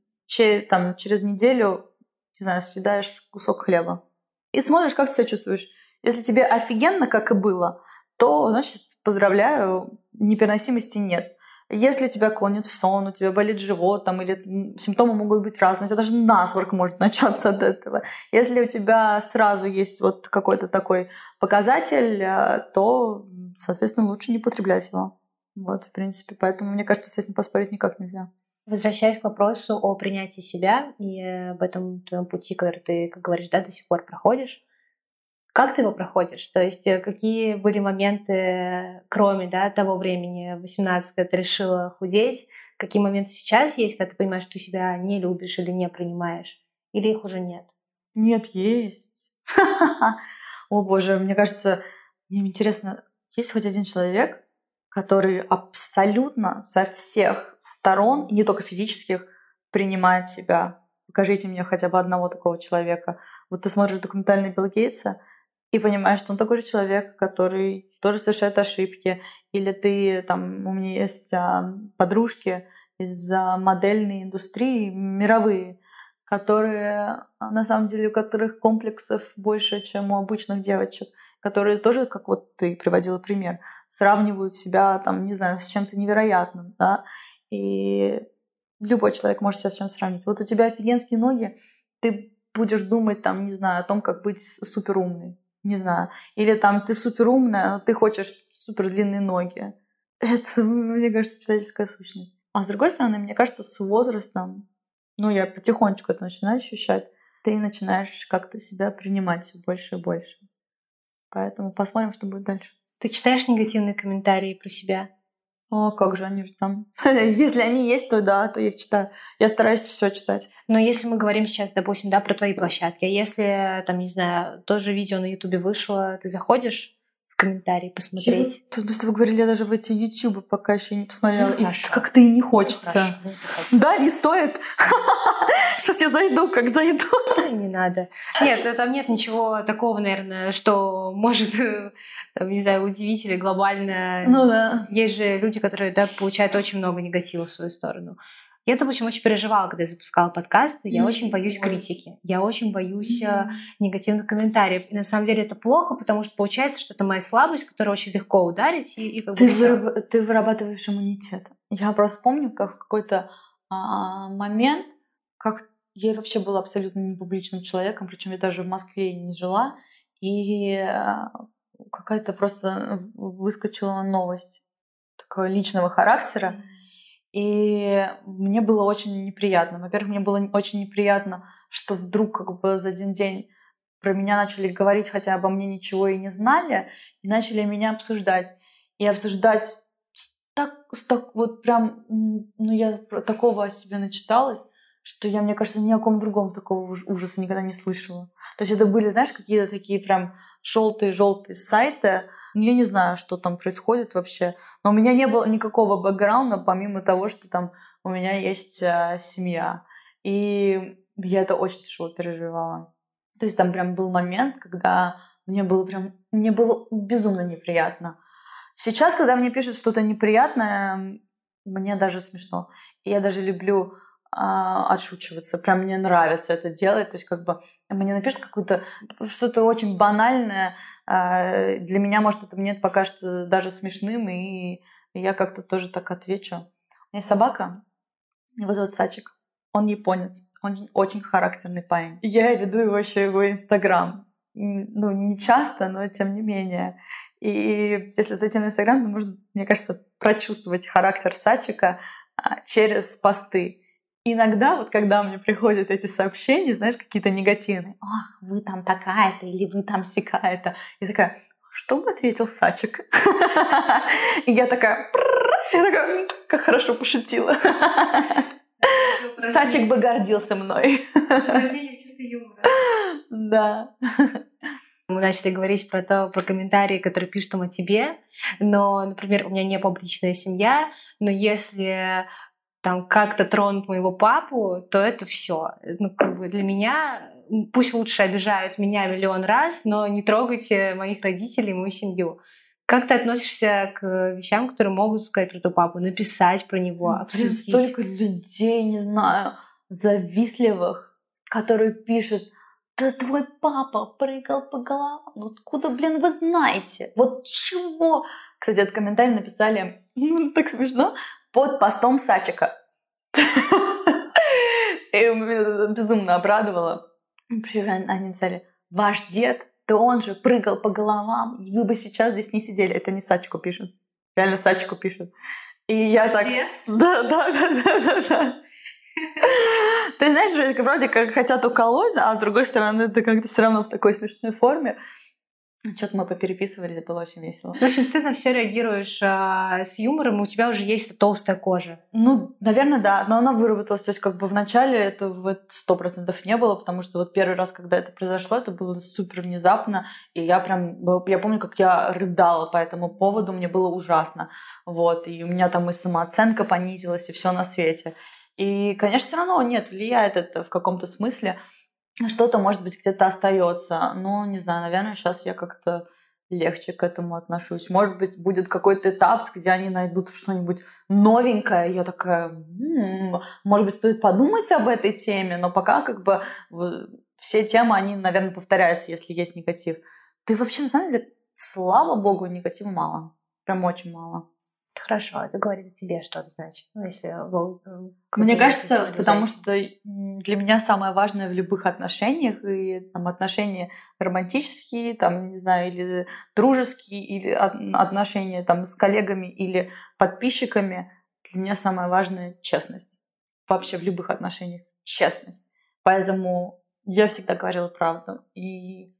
S1: Через неделю, не знаю, съедаешь кусок хлеба. И смотришь, как ты себя чувствуешь. Если тебе офигенно, как и было, то, значит, поздравляю, непереносимости нет. Если тебя клонит в сон, у тебя болит живот, там, или симптомы могут быть разные, у тебя даже насморк может начаться от этого. Если у тебя сразу есть вот какой-то такой показатель, то, соответственно, лучше не потреблять его. Вот, в принципе. Поэтому, мне кажется, с этим поспорить никак нельзя.
S2: Возвращаясь к вопросу о принятии себя и об этом твоем пути, который ты, как говоришь, да, до сих пор проходишь, как ты его проходишь? То есть какие были моменты, кроме того времени, 18, когда ты решила худеть, какие моменты сейчас есть, когда ты понимаешь, что ты себя не любишь или не принимаешь? Или их уже нет?
S1: Нет, есть. О боже, мне кажется, мне интересно, есть хоть один человек, который абсолютно со всех сторон, не только физических, принимает себя? Покажите мне хотя бы одного такого человека. Вот ты смотришь документальный Билла Гейтса и понимаешь, что он такой же человек, который тоже совершает ошибки. Или ты, там, у меня есть подружки из модельной индустрии, мировые, которые, на самом деле, у которых комплексов больше, чем у обычных девочек, которые тоже, как вот ты приводила пример, сравнивают себя, там, не знаю, с чем-то невероятным, да, и любой человек может себя с чем-то сравнить. Вот у тебя офигенские ноги, ты будешь думать, там, не знаю, о том, как быть суперумной, не знаю. Или там ты суперумная, но ты хочешь супер длинные ноги. Это, мне кажется, человеческая сущность. А с другой стороны, мне кажется, с возрастом, ну, я потихонечку это начинаю ощущать, ты начинаешь как-то себя принимать все больше и больше. Поэтому посмотрим, что будет дальше.
S2: Ты читаешь негативные комментарии про себя?
S1: О, как же они же там. Если они есть, то да, то я их читаю. Я стараюсь все читать.
S2: Но если мы говорим сейчас, допустим, да, про твои площадки, а если, там, не знаю, тоже видео на Ютубе вышло, ты заходишь в комментарии посмотреть?
S1: Тут мы с тобой говорили, я даже в эти Ютубы пока еще не посмотрела. И
S2: Хорошо.
S1: как-то и не хочется.
S2: Хорошо, не заходи.
S1: Да, не стоит. Сейчас я зайду, как зайду.
S2: Не надо. Нет, там нет ничего такого, наверное, что может, там, не знаю, удивить или глобально.
S1: Ну да.
S2: Есть же люди, которые, да, получают очень много негатива в свою сторону. Я, допустим, очень переживала, когда я запускала подкаст. Я очень боюсь критики. Я очень боюсь негативных комментариев. И на самом деле это плохо, потому что получается, что это моя слабость, которую очень легко ударить. И как бы
S1: Ты вырабатываешь иммунитет. Я просто помню, как в какой-то момент, как я вообще была абсолютно непубличным человеком, причем я даже в Москве не жила, и какая-то просто выскочила новость такого личного характера. И мне было очень неприятно. Во-первых, мне было очень неприятно, что вдруг как бы за один день про меня начали говорить, хотя обо мне ничего и не знали, и начали меня обсуждать. И обсуждать так вот прям, ну я такого о себе начиталась, что я, мне кажется, ни о ком другом такого ужаса никогда не слышала. То есть это были, знаешь, какие-то такие прям желтые сайты. Ну, я не знаю, что там происходит вообще. Но у меня не было никакого бэкграунда, помимо того, что там у меня есть семья. И я это очень тяжело переживала. То есть там прям был момент, когда мне было безумно неприятно. Сейчас, когда мне пишут что-то неприятное, мне даже смешно. И я даже люблю отшучиваться. Прям мне нравится это делать. То есть как бы мне напишут какое-то что-то очень банальное. Для меня, может, это мне покажется даже смешным, и я как-то тоже так отвечу. У меня есть собака, его зовут Сачик. Он японец. Он очень характерный парень. Я веду его Инстаграм. Ну, не часто, но тем не менее. И если зайти на Инстаграм, то можно, мне кажется, прочувствовать характер Сачика через посты. Иногда, вот когда мне приходят эти сообщения, знаешь, какие-то негативные, ах, вы там такая-то или вы там сякая-то. Я такая, что бы ответил Сачик? И я такая, как хорошо пошутила. Сачик бы гордился мной.
S2: Упражнение в чувстве юмора.
S1: Да.
S2: Мы начали говорить про комментарии, которые пишут о тебе, но, например, у меня не публичная семья, но если там как-то тронут моего папу, то это все. Ну, как бы для меня пусть лучше обижают меня миллион раз, но не трогайте моих родителей, мою семью. Как ты относишься к вещам, которые могут сказать про твоего папу, написать про него, обсудить?
S1: Столько людей, не знаю, завистливых, которые пишут, да твой папа прыгал по головам. Ну откуда, вы знаете? Вот чего? Кстати, этот комментарий написали, так смешно, под постом Сачика. И меня это безумно обрадовало. Они написали, ваш дед, да он же прыгал по головам, и вы бы сейчас здесь не сидели. Это не Сачику пишут. Реально Сачику пишут. И я так...
S2: Дед?
S1: Да. То есть, знаешь, вроде как хотят уколоть, а с другой стороны, это как-то все равно в такой смешной форме. Что-то мы попереписывались, было очень весело.
S2: В общем, ты на все реагируешь с юмором, и у тебя уже есть толстая кожа.
S1: Ну, наверное, да, но она выработалась. То есть, как бы в начале это 100% не было, потому что вот первый раз, когда это произошло, это было супер внезапно, и я помню, как я рыдала по этому поводу, мне было ужасно. Вот, и у меня там и самооценка понизилась, и все на свете. И, конечно, все равно нет, влияет это в каком-то смысле. Что-то, может быть, где-то остается. Но, не знаю, наверное, сейчас я как-то легче к этому отношусь. Может быть, будет какой-то этап, где они найдут что-нибудь новенькое. И я такая, может быть, стоит подумать об этой теме. Но пока как бы все темы, они, наверное, повторяются, если есть негатив. Да и вообще, на самом деле, слава богу, негатива мало. Прям очень мало.
S2: Хорошо, это говорит о тебе что-то, значит. Ну, если
S1: мне кажется, потому что для меня самое важное в любых отношениях, и там отношения романтические, там, не знаю, или дружеские, или отношения там с коллегами или подписчиками, для меня самое важное — честность. Вообще в любых отношениях честность. Поэтому я всегда говорила правду. И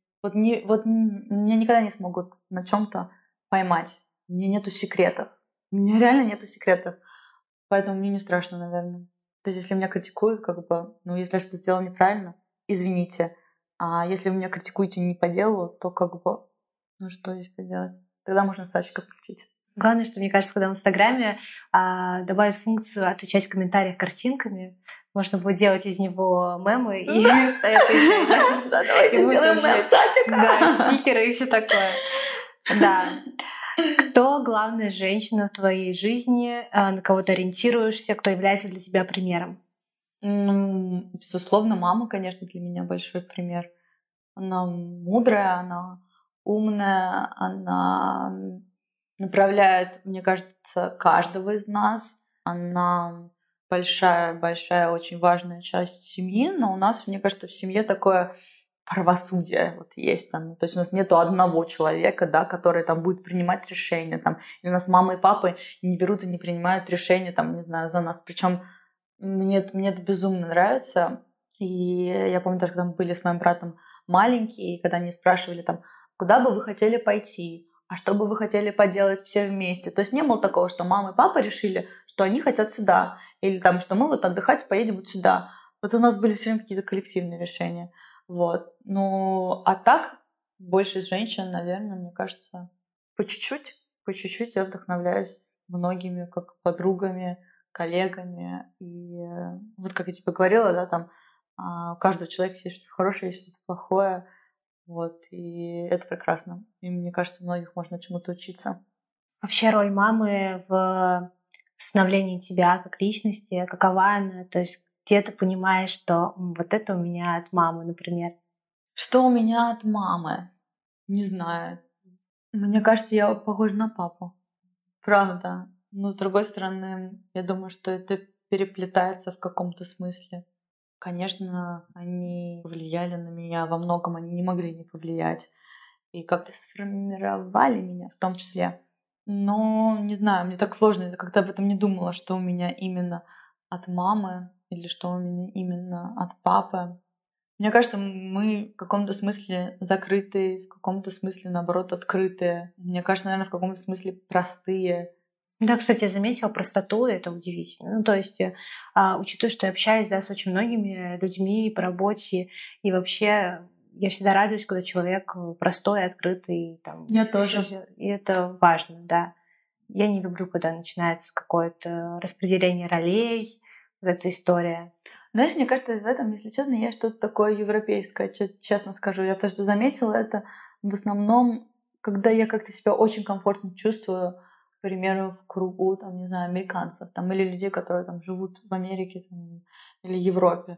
S1: меня никогда не смогут на чем-то поймать. У меня нету секретов. У меня реально нету секретов. Поэтому мне не страшно, наверное. То есть, если меня критикуют, как бы, если я что-то сделала неправильно, извините. А если вы меня критикуете не по делу, то как бы, что здесь поделать? Тогда можно Сачика включить.
S2: Главное, что, мне кажется, когда в Инстаграме добавят функцию отвечать в комментариях картинками, можно будет делать из него мемы и это еще.
S1: Да, давайте сделаем мем Сачика.
S2: Да, стикеры и все такое. Да. Кто главная женщина в твоей жизни, на кого ты ориентируешься, кто является для тебя примером?
S1: Безусловно, мама, конечно, для меня большой пример. Она мудрая, она умная, она направляет, мне кажется, каждого из нас. Она большая, очень важная часть семьи, но у нас, мне кажется, в семье такое правосудие вот есть там. То есть у нас нету одного человека, да, который там будет принимать решения. Там. Или у нас мама и папа не берут и не принимают решения, там, не знаю, за нас. Причем мне это безумно нравится. И я помню, даже когда мы были с моим братом маленькие, и когда они спрашивали там, куда бы вы хотели пойти, а что бы вы хотели поделать все вместе. То есть не было такого, что мама и папа решили, что они хотят сюда, или там, что мы вот отдыхать поедем вот сюда. Вот у нас были все время какие-то коллективные решения. Вот. Ну, а так больше женщин, наверное, мне кажется, по чуть-чуть я вдохновляюсь многими, как подругами, коллегами. И вот как я тебе говорила, да, там у каждого человека есть что-то хорошее, есть что-то плохое. Вот, и это прекрасно. И мне кажется, у многих можно чему-то учиться.
S2: Вообще роль мамы в становлении тебя как личности, какова она? То есть где ты понимаешь, что вот это у меня от мамы, например?
S1: Что у меня от мамы? Не знаю. Мне кажется, я похожа на папу. Правда. Но с другой стороны, я думаю, что это переплетается в каком-то смысле. Конечно, они повлияли на меня во многом, они не могли не повлиять. И как-то сформировали меня в том числе. Но, не знаю, мне так сложно, я как-то об этом не думала, что у меня именно от мамы или что у меня именно от папы. Мне кажется, мы в каком-то смысле закрытые, в каком-то смысле, наоборот, открытые. Мне кажется, наверное, в каком-то смысле простые.
S2: Да, кстати, я заметила простоту, и это удивительно. Ну, то есть, учитывая, что я общаюсь, да, с очень многими людьми по работе, и вообще я всегда радуюсь, когда человек простой, открытый. Там,
S1: Я тоже.
S2: И это важно, да. Я не люблю, когда начинается какое-то распределение ролей, вот эта история.
S1: Знаешь, мне кажется, в этом, если честно, есть что-то такое европейское, честно скажу. Я потому что заметила это в основном, когда я как-то себя очень комфортно чувствую, к примеру, в кругу, там, не знаю, американцев, там, или людей, которые там живут в Америке там, или Европе.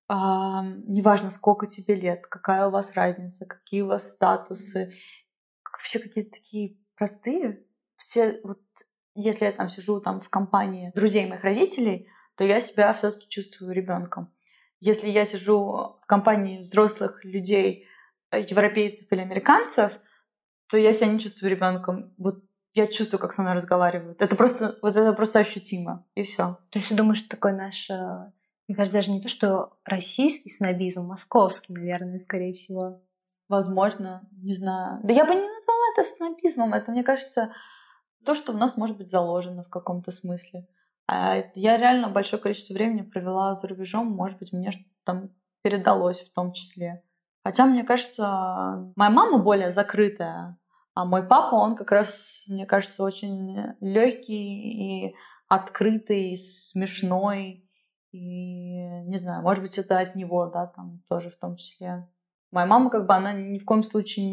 S1: Неважно, сколько тебе лет, какая у вас разница, какие у вас статусы, все какие-то такие простые. Все, вот, если я там сижу там в компании друзей моих родителей, то я себя все-таки чувствую ребенком. Если я сижу в компании взрослых людей, европейцев или американцев, то я себя не чувствую ребенком. Вот я чувствую, как со мной разговаривают. Это просто ощутимо, и все.
S2: То есть я думаю, что такой наш, мне кажется, даже не то, что российский снобизм, московский, наверное, скорее всего.
S1: Возможно, не знаю. Да я бы не назвала это снобизмом. Это, мне кажется, то, что в нас может быть заложено в каком-то смысле. А я реально большое количество времени провела за рубежом. Может быть, мне что-то там передалось в том числе. Хотя, мне кажется, моя мама более закрытая, а мой папа, он как раз, мне кажется, очень легкий и открытый, и смешной. И не знаю, может быть, это от него, да, там тоже в том числе. Моя мама, как бы, она ни в коем случае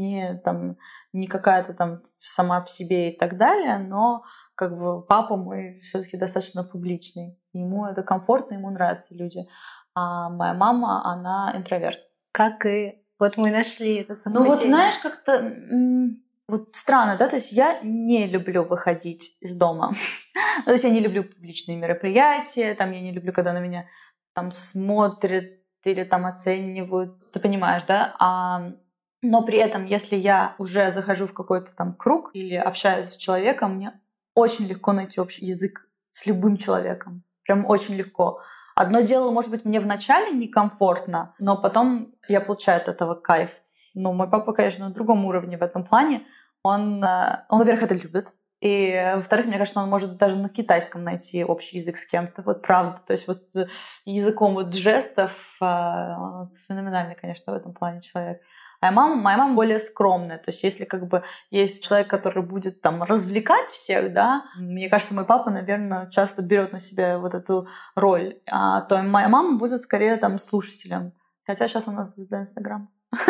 S1: не какая-то там сама по себе и так далее, но как бы папа мой все-таки достаточно публичный. Ему это комфортно, ему нравятся люди. А моя мама, она интроверт.
S2: Как и вот мы нашли это совпадение.
S1: Ну вот знаешь, как-то вот странно, да, то есть я не люблю выходить из дома. То есть я не люблю публичные мероприятия, там я не люблю, когда на меня там смотрят или там оценивают, ты понимаешь, да? Но при этом, если я уже захожу в какой-то там круг или общаюсь с человеком, мне очень легко найти общий язык с любым человеком. Прям очень легко. Одно дело, может быть, мне вначале некомфортно, но потом я получаю от этого кайф. Ну, мой папа, конечно, на другом уровне в этом плане. Он, во-первых, это любит. И, во-вторых, мне кажется, он может даже на китайском найти общий язык с кем-то. Вот правда. То есть вот языком вот жестов феноменальный, конечно, в этом плане человек. А моя мама более скромная. То есть если как бы есть человек, который будет там развлекать всех, да, мне кажется, мой папа, наверное, часто берет на себя вот эту роль. То моя мама будет скорее там слушателем. Хотя сейчас у нас звезда Инстаграм.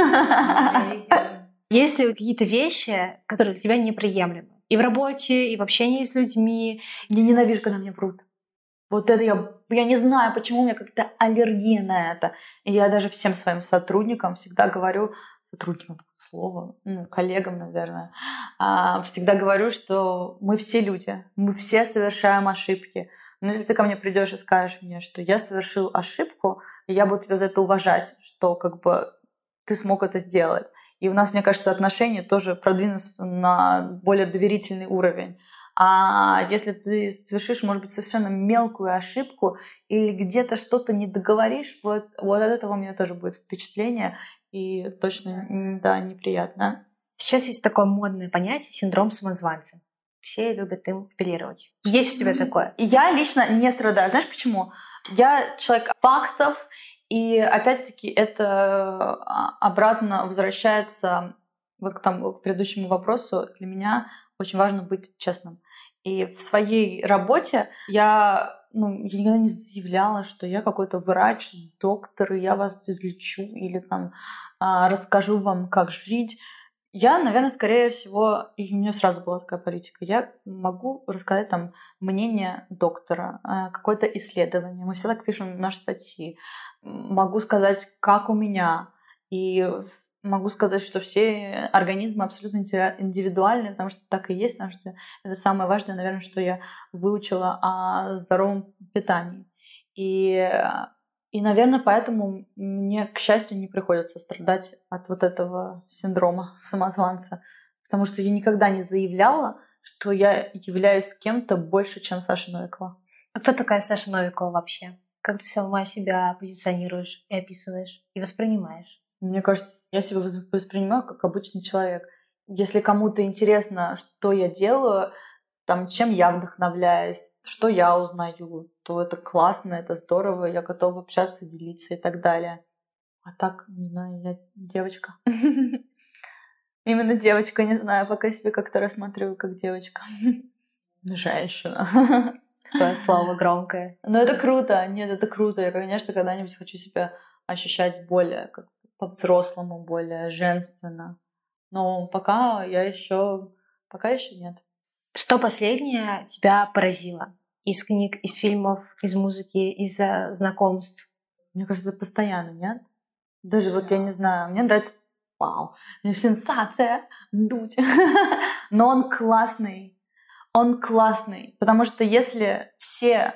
S2: Есть ли какие-то вещи, которые для тебя неприемлемы? И в работе, и в общении с людьми.
S1: Я ненавижу, когда мне врут. Вот это я не знаю, почему у меня как-то аллергия на это. И я даже всем своим сотрудникам всегда говорю, сотрудникам слово, коллегам, наверное, всегда говорю, что мы все люди, мы все совершаем ошибки. Но если ты ко мне придешь и скажешь мне, что я совершил ошибку, я буду тебя за это уважать, что как бы ты смог это сделать. И у нас, мне кажется, отношения тоже продвинутся на более доверительный уровень. А если ты совершишь, может быть, совершенно мелкую ошибку или где-то что-то не договоришь, вот от этого у меня тоже будет впечатление и точно, да, неприятно.
S2: Сейчас есть такое модное понятие — синдром самозванца. Все любят им апеллировать. Есть у тебя такое?
S1: Я лично не страдаю. Знаешь почему? Я человек фактов, и опять-таки это обратно возвращается вот к предыдущему вопросу. Для меня очень важно быть честным. И в своей работе я никогда не заявляла, что я какой-то врач, доктор, и я вас излечу или там расскажу вам, как жить. Я, наверное, скорее всего, и у меня сразу была такая политика, я могу рассказать там мнение доктора, какое-то исследование. Мы всегда так пишем наши статьи. Могу сказать, как у меня. И могу сказать, что все организмы абсолютно индивидуальны, потому что так и есть, потому что это самое важное, наверное, что я выучила о здоровом питании. И, наверное, поэтому мне, к счастью, не приходится страдать от вот этого синдрома самозванца, потому что я никогда не заявляла, что я являюсь кем-то больше, чем Саша Новикова.
S2: А кто такая Саша Новикова вообще? Как ты сама себя позиционируешь и описываешь, и воспринимаешь?
S1: Мне кажется, я себя воспринимаю как обычный человек. Если кому-то интересно, что я делаю, там, чем я вдохновляюсь, что я узнаю, то это классно, это здорово, я готова общаться, делиться и так далее. А так, не знаю, я девочка. Именно девочка, не знаю, пока себя как-то рассматриваю как девочка. Женщина.
S2: Такое слово громкое.
S1: Но это круто. Нет, это круто. Я, конечно, когда-нибудь хочу себя ощущать более как по-взрослому, более женственно. Но пока еще нет.
S2: Что последнее тебя поразило? Из книг, из фильмов, из музыки, из знакомств?
S1: Мне кажется, это постоянно, нет? Даже вот я не знаю, мне нравится вау, сенсация, дуть. Но он классный. Он классный. Потому что если все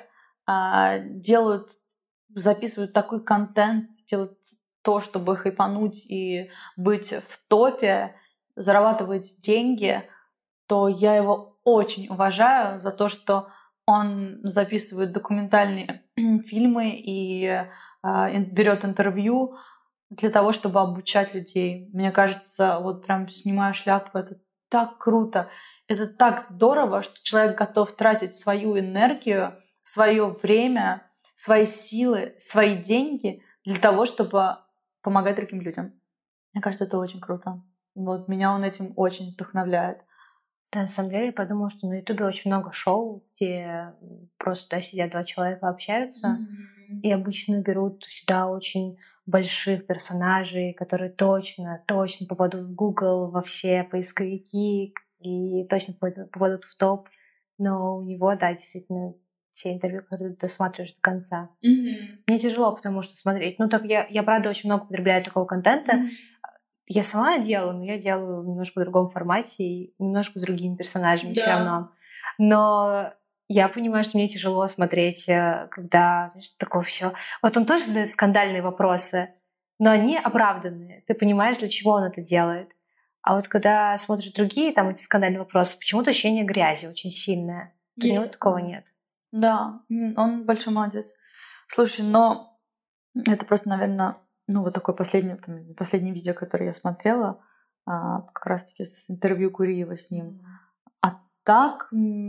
S1: записывают такой контент, делают то, чтобы хайпануть и быть в топе, зарабатывать деньги, то я его очень уважаю за то, что он записывает документальные фильмы и берет интервью для того, чтобы обучать людей. Мне кажется, вот прям снимаю шляпу, это так круто, это так здорово, что человек готов тратить свою энергию, свое время, свои силы, свои деньги для того, чтобы помогать другим людям. Мне кажется, это очень круто. Вот меня он этим очень вдохновляет.
S2: Да, на самом деле, я подумала, что на Ютубе очень много шоу, где просто сидят два человека, общаются, и обычно берут сюда очень больших персонажей, которые точно попадут в Google, во все поисковики и точно попадут в топ. Но у него, да, действительно, те интервью, которые ты досматриваешь до конца. Мне тяжело, потому что смотреть. Ну, так я правда, очень много потребляю такого контента. Я сама делаю, но я делаю в немножко другом формате и немножко с другими персонажами все равно. Но я понимаю, что мне тяжело смотреть, когда, знаешь, такое все. Вот он тоже задает скандальные вопросы, но они оправданные. Ты понимаешь, для чего он это делает. А вот когда смотришь другие там эти скандальные вопросы, почему-то ощущение грязи очень сильное. У него такого нет.
S1: Да, он большой молодец. Слушай, но это просто, наверное, вот такое последнее видео, которое я смотрела, как раз-таки с интервью Куриева с ним. А так,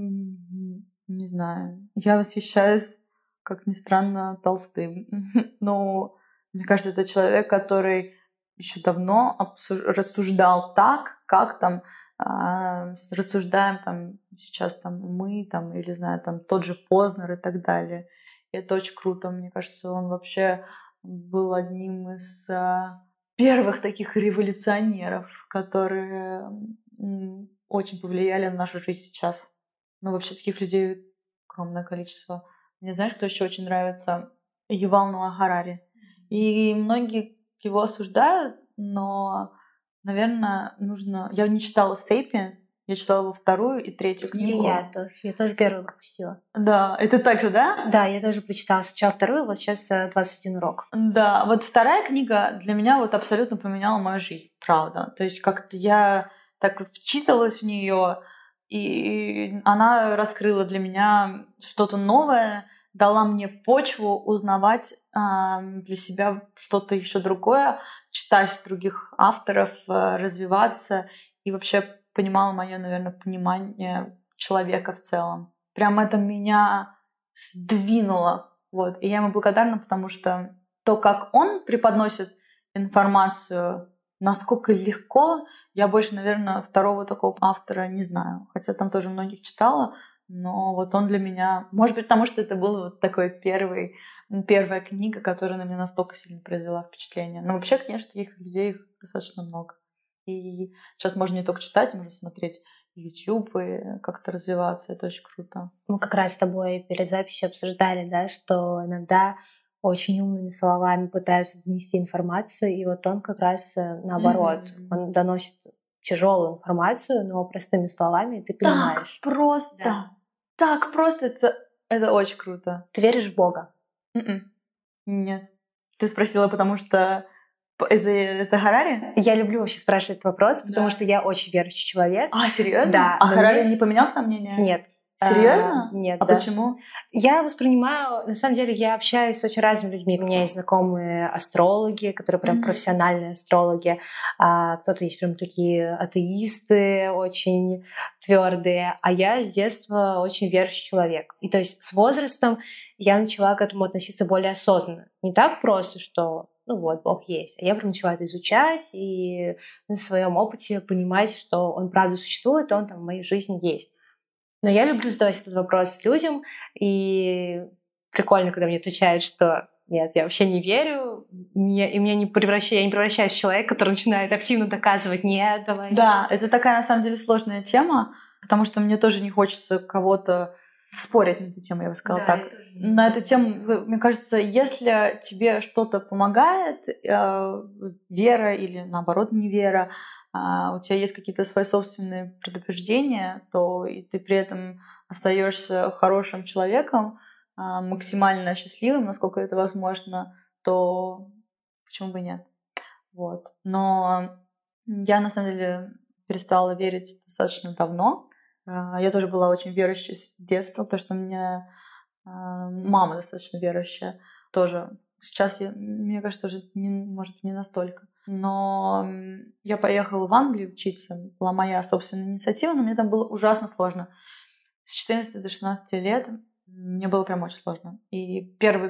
S1: не знаю, я восхищаюсь, как ни странно, Толстым. Но мне кажется, это человек, который еще давно рассуждал так, как там рассуждаем там сейчас там мы там или знаю там тот же Познер и так далее. И это очень круто, мне кажется, он вообще был одним из первых таких революционеров, которые очень повлияли на нашу жизнь сейчас. Но вообще таких людей огромное количество. Мне знаешь, кто еще очень нравится? Ювал Ноа Харари. И многие его осуждают, но наверное, нужно... Я не читала «Sapiens», я читала его вторую и третью книгу.
S2: Я тоже первую пропустила.
S1: Да, это так же, да?
S2: Да, я тоже прочитала сначала вторую, вот сейчас 21 урок.
S1: Да, вот вторая книга для меня вот абсолютно поменяла мою жизнь, правда. То есть как-то я так вчитывалась в нее, и она раскрыла для меня что-то новое, дала мне почву узнавать для себя что-то еще другое, читать других авторов, развиваться и вообще понимала мое, наверное, понимание человека в целом. Прям это меня сдвинуло. Вот. И я ему благодарна, потому что то, как он преподносит информацию, насколько легко, я больше, наверное, второго такого автора не знаю. Хотя там тоже многих читала, но вот он для меня... Может быть, потому что это был вот такой первая книга, которая на меня настолько сильно произвела впечатление. Но вообще, конечно, таких людей их достаточно много. И сейчас можно не только читать, можно смотреть YouTube и как-то развиваться. Это очень круто.
S2: Мы как раз с тобой перед записью обсуждали, да, что иногда очень умными словами пытаются донести информацию, и вот он как раз наоборот, он доносит тяжелую информацию, но простыми словами, и ты понимаешь.
S1: Так просто, это очень круто.
S2: Ты веришь в Бога?
S1: Нет. Ты спросила, потому что из-за Харари?
S2: Я люблю вообще спрашивать этот вопрос, потому что я очень верующий человек.
S1: А, серьезно?
S2: Да.
S1: А Харари не поменял твое мнение?
S2: Нет.
S1: Серьезно?
S2: Нет.
S1: А почему?
S2: Я воспринимаю, на самом деле, я общаюсь с очень разными людьми. У меня есть знакомые астрологи, которые прям профессиональные астрологи. Кто-то есть прям такие атеисты, очень твердые. А я с детства очень верующий человек. И то есть с возрастом я начала к этому относиться более осознанно. Не так просто, что ну вот, Бог есть. А я прям начала это изучать и на своем опыте понимать, что он правда существует, и он там в моей жизни есть. Но я люблю задавать этот вопрос людям, и прикольно, когда мне отвечают, что нет, я вообще не верю, я не превращаюсь в человека, который начинает активно доказывать, нет, давай.
S1: Да, это такая, на самом деле, сложная тема, потому что мне тоже не хочется кого-то спорить на эту тему, я бы сказала так. На эту тему, мне кажется, если тебе что-то помогает, вера или, наоборот, невера, у тебя есть какие-то свои собственные предубеждения, то и ты при этом остаешься хорошим человеком, максимально счастливым, насколько это возможно, то почему бы и нет? Вот. Но я, на самом деле, перестала верить достаточно давно. Я тоже была очень верующей с детства, потому что у меня мама достаточно верующая тоже. Сейчас мне кажется, уже может не настолько. Но я поехала в Англию учиться. Была моя собственная инициатива, но мне там было ужасно сложно. С 14 до 16 лет мне было прям очень сложно. И первый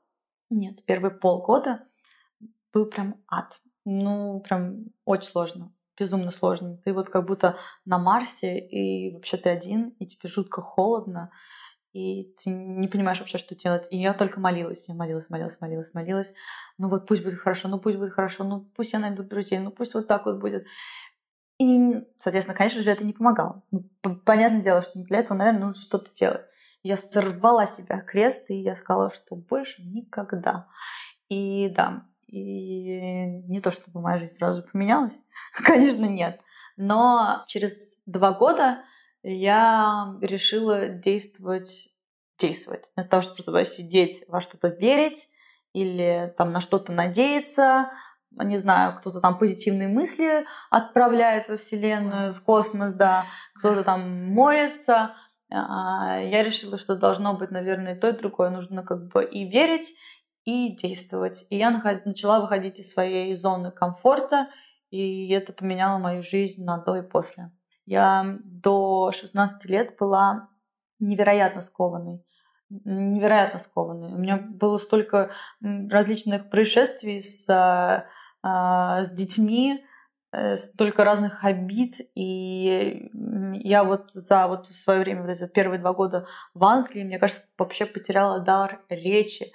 S1: полгода был прям ад. Ну, прям очень сложно. Безумно сложно. Ты вот как будто на Марсе, и вообще ты один, и тебе жутко холодно, и ты не понимаешь вообще, что делать. И я только молилась. Я молилась. Ну вот пусть будет хорошо, ну пусть я найду друзей, ну пусть вот так вот будет. И, соответственно, конечно же, это не помогало. Ну, понятное дело, что для этого, наверное, нужно что-то делать. Я сорвала с себя крест, и я сказала, что больше никогда. И да, и не то, чтобы моя жизнь сразу же поменялась. Конечно, нет. Но через 2 года я решила действовать. Вместо того, чтобы просто сидеть во что-то верить или там на что-то надеяться, не знаю, кто-то там позитивные мысли отправляет во Вселенную, в космос, да, кто-то там молится. Я решила, что должно быть, наверное, и то, и другое. Нужно как бы и верить, и действовать. И я начала выходить из своей зоны комфорта, и это поменяло мою жизнь на до и после. Я до 16 лет была невероятно скованной. У меня было столько различных происшествий с детьми, столько разных обид. И я вот в свое время, вот эти первые 2 года в Англии, мне кажется, вообще потеряла дар речи.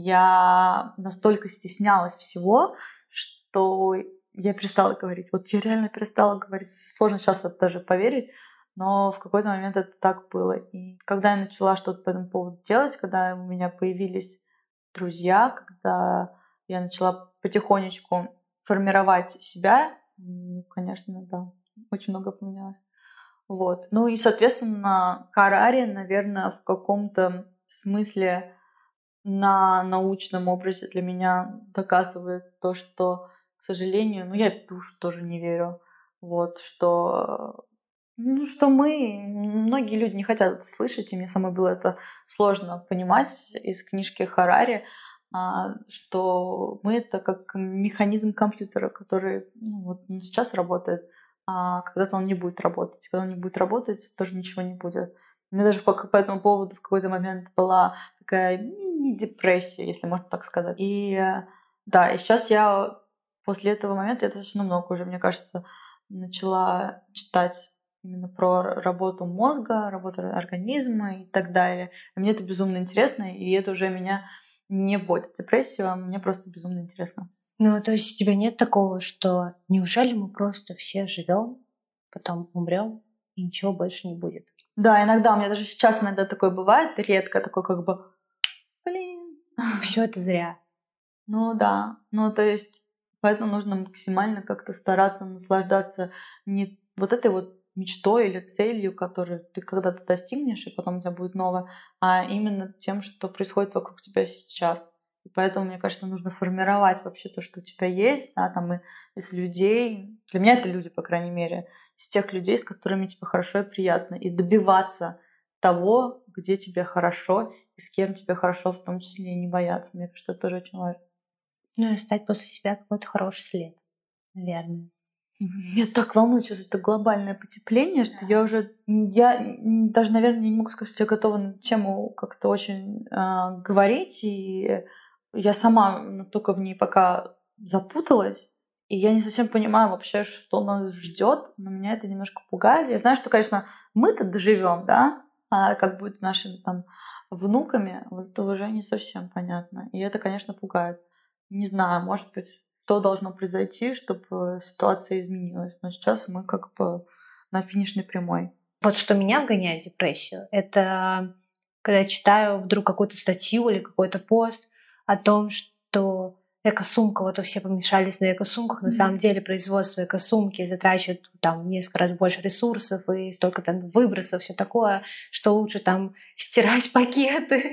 S1: Я настолько стеснялась всего, что я перестала говорить. Вот я реально перестала говорить. Сложно сейчас вот даже поверить, но в какой-то момент это так было. И когда я начала что-то по этому поводу делать, когда у меня появились друзья, когда я начала потихонечку формировать себя, Конечно, да, очень много поменялось. Вот. Ну и, соответственно, Харари, наверное, в каком-то смысле на научном образе для меня доказывает то, что, к сожалению, я в душу тоже не верю. Вот, что многие люди не хотят это слышать, и мне самой было это сложно понимать из книжки Харари, что мы это как механизм компьютера, который он сейчас работает, а когда-то он не будет работать. Когда он не будет работать, тоже ничего не будет. У меня даже по этому поводу в какой-то момент была такая мини-депрессия, если можно так сказать. И да, и сейчас я после этого момента, я достаточно много уже, мне кажется, начала читать именно про работу мозга, работу организма и так далее. И мне это безумно интересно, и это уже меня не вводит в депрессию, а мне просто безумно интересно.
S2: Ну, то есть у тебя нет такого, что неужели мы просто все живем, потом умрем, и ничего больше не будет?
S1: Да, иногда, у меня даже сейчас иногда такое бывает, редко, такое как бы,
S2: Все это зря.
S1: Ну да, то есть поэтому нужно максимально как-то стараться наслаждаться не вот этой вот мечтой или целью, которую ты когда-то достигнешь, и потом у тебя будет новое, а именно тем, что происходит вокруг тебя сейчас. И поэтому, мне кажется, нужно формировать вообще то, что у тебя есть, да, там из людей. Для меня это люди, по крайней мере, из тех людей, с которыми тебе хорошо и приятно, и добиваться того, где тебе хорошо, и с кем тебе хорошо, в том числе и не бояться. Мне кажется, это тоже очень важно.
S2: Ну и оставить после себя какой-то хороший след, наверное.
S1: Меня так волнует сейчас это глобальное потепление, что я даже, наверное, не могу сказать, что я готова на эту тему как-то очень говорить, и я сама настолько в ней пока запуталась, и я не совсем понимаю вообще, что нас ждет, но меня это немножко пугает. Я знаю, что, конечно, мы-то доживем, да, а как будет с нашими там внуками, вот это уже не совсем понятно, и это, конечно, пугает. Не знаю, может быть, что должно произойти, чтобы ситуация изменилась. Но сейчас мы как бы на финишной прямой.
S2: Вот что меня вгоняет в депрессию, это когда я читаю вдруг какую-то статью или какой-то пост о том, что эко-сумка, вот все помешались на эко-сумках, на самом деле производство эко-сумки затрачивает там в несколько раз больше ресурсов и столько там выбросов, все такое, что лучше там стирать пакеты,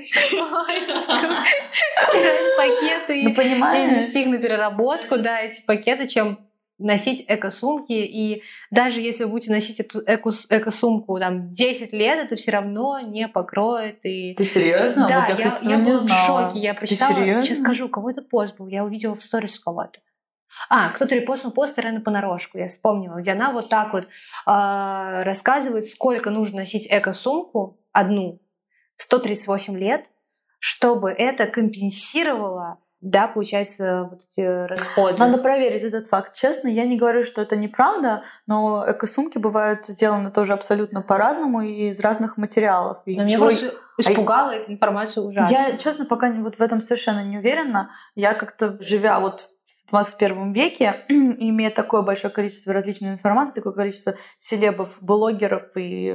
S2: стирать пакеты и нести их на переработку, да, эти пакеты, чем носить эко-сумки. И даже если вы будете носить эту эко-сумку там 10 лет, это все равно не покроет. И...
S1: Ты серьезно?
S2: Да,
S1: вот
S2: я была в шоке. Я прочитала, сейчас скажу, какой-то пост был, я увидела в сторис у кого-то. Кто-то репостнул пост Ирены Понарошку, я вспомнила, где она вот так вот рассказывает, сколько нужно носить эко-сумку одну 138 лет, чтобы это компенсировало, да, получается, вот эти расходы.
S1: Надо проверить этот факт. Честно, я не говорю, что это неправда, но эко-сумки бывают сделаны тоже абсолютно по-разному и из разных материалов.
S2: Но меня просто испугала эта информация ужасно.
S1: Я, честно, пока вот в этом совершенно не уверена. Я как-то, живя вот в 21 веке, имея такое большое количество различной информации, такое количество селебов, блогеров и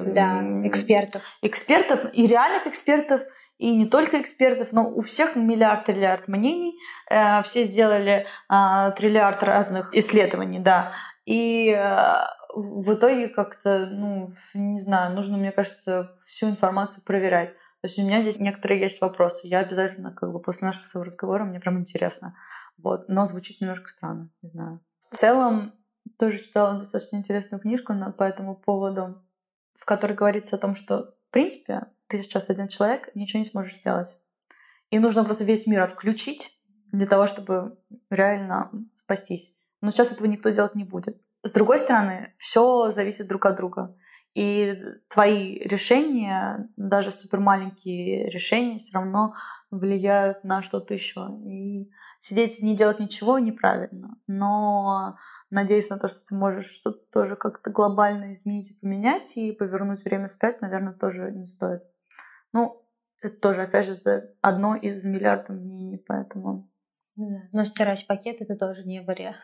S1: экспертов и реальных экспертов, и не только экспертов, но у всех триллиард мнений, все сделали триллиард разных исследований, да. И в итоге как-то, не знаю, нужно, мне кажется, всю информацию проверять. То есть у меня здесь некоторые есть вопросы. Я обязательно, после нашего своего разговора, мне прям интересно. Вот. Но звучит немножко странно, не знаю. В целом, тоже читала достаточно интересную книжку по этому поводу, в которой говорится о том, что, в принципе, ты сейчас один человек, ничего не сможешь сделать. И нужно просто весь мир отключить для того, чтобы реально спастись. Но сейчас этого никто делать не будет. С другой стороны, все зависит друг от друга. И твои решения, даже супермаленькие решения, все равно влияют на что-то еще. И сидеть и не делать ничего неправильно. Но надеяться на то, что ты можешь что-то тоже как-то глобально изменить и поменять, и повернуть время вспять, наверное, тоже не стоит. Это тоже, опять же, это одно из миллиардов мнений, поэтому...
S2: Но стирать пакет — это тоже не вариант.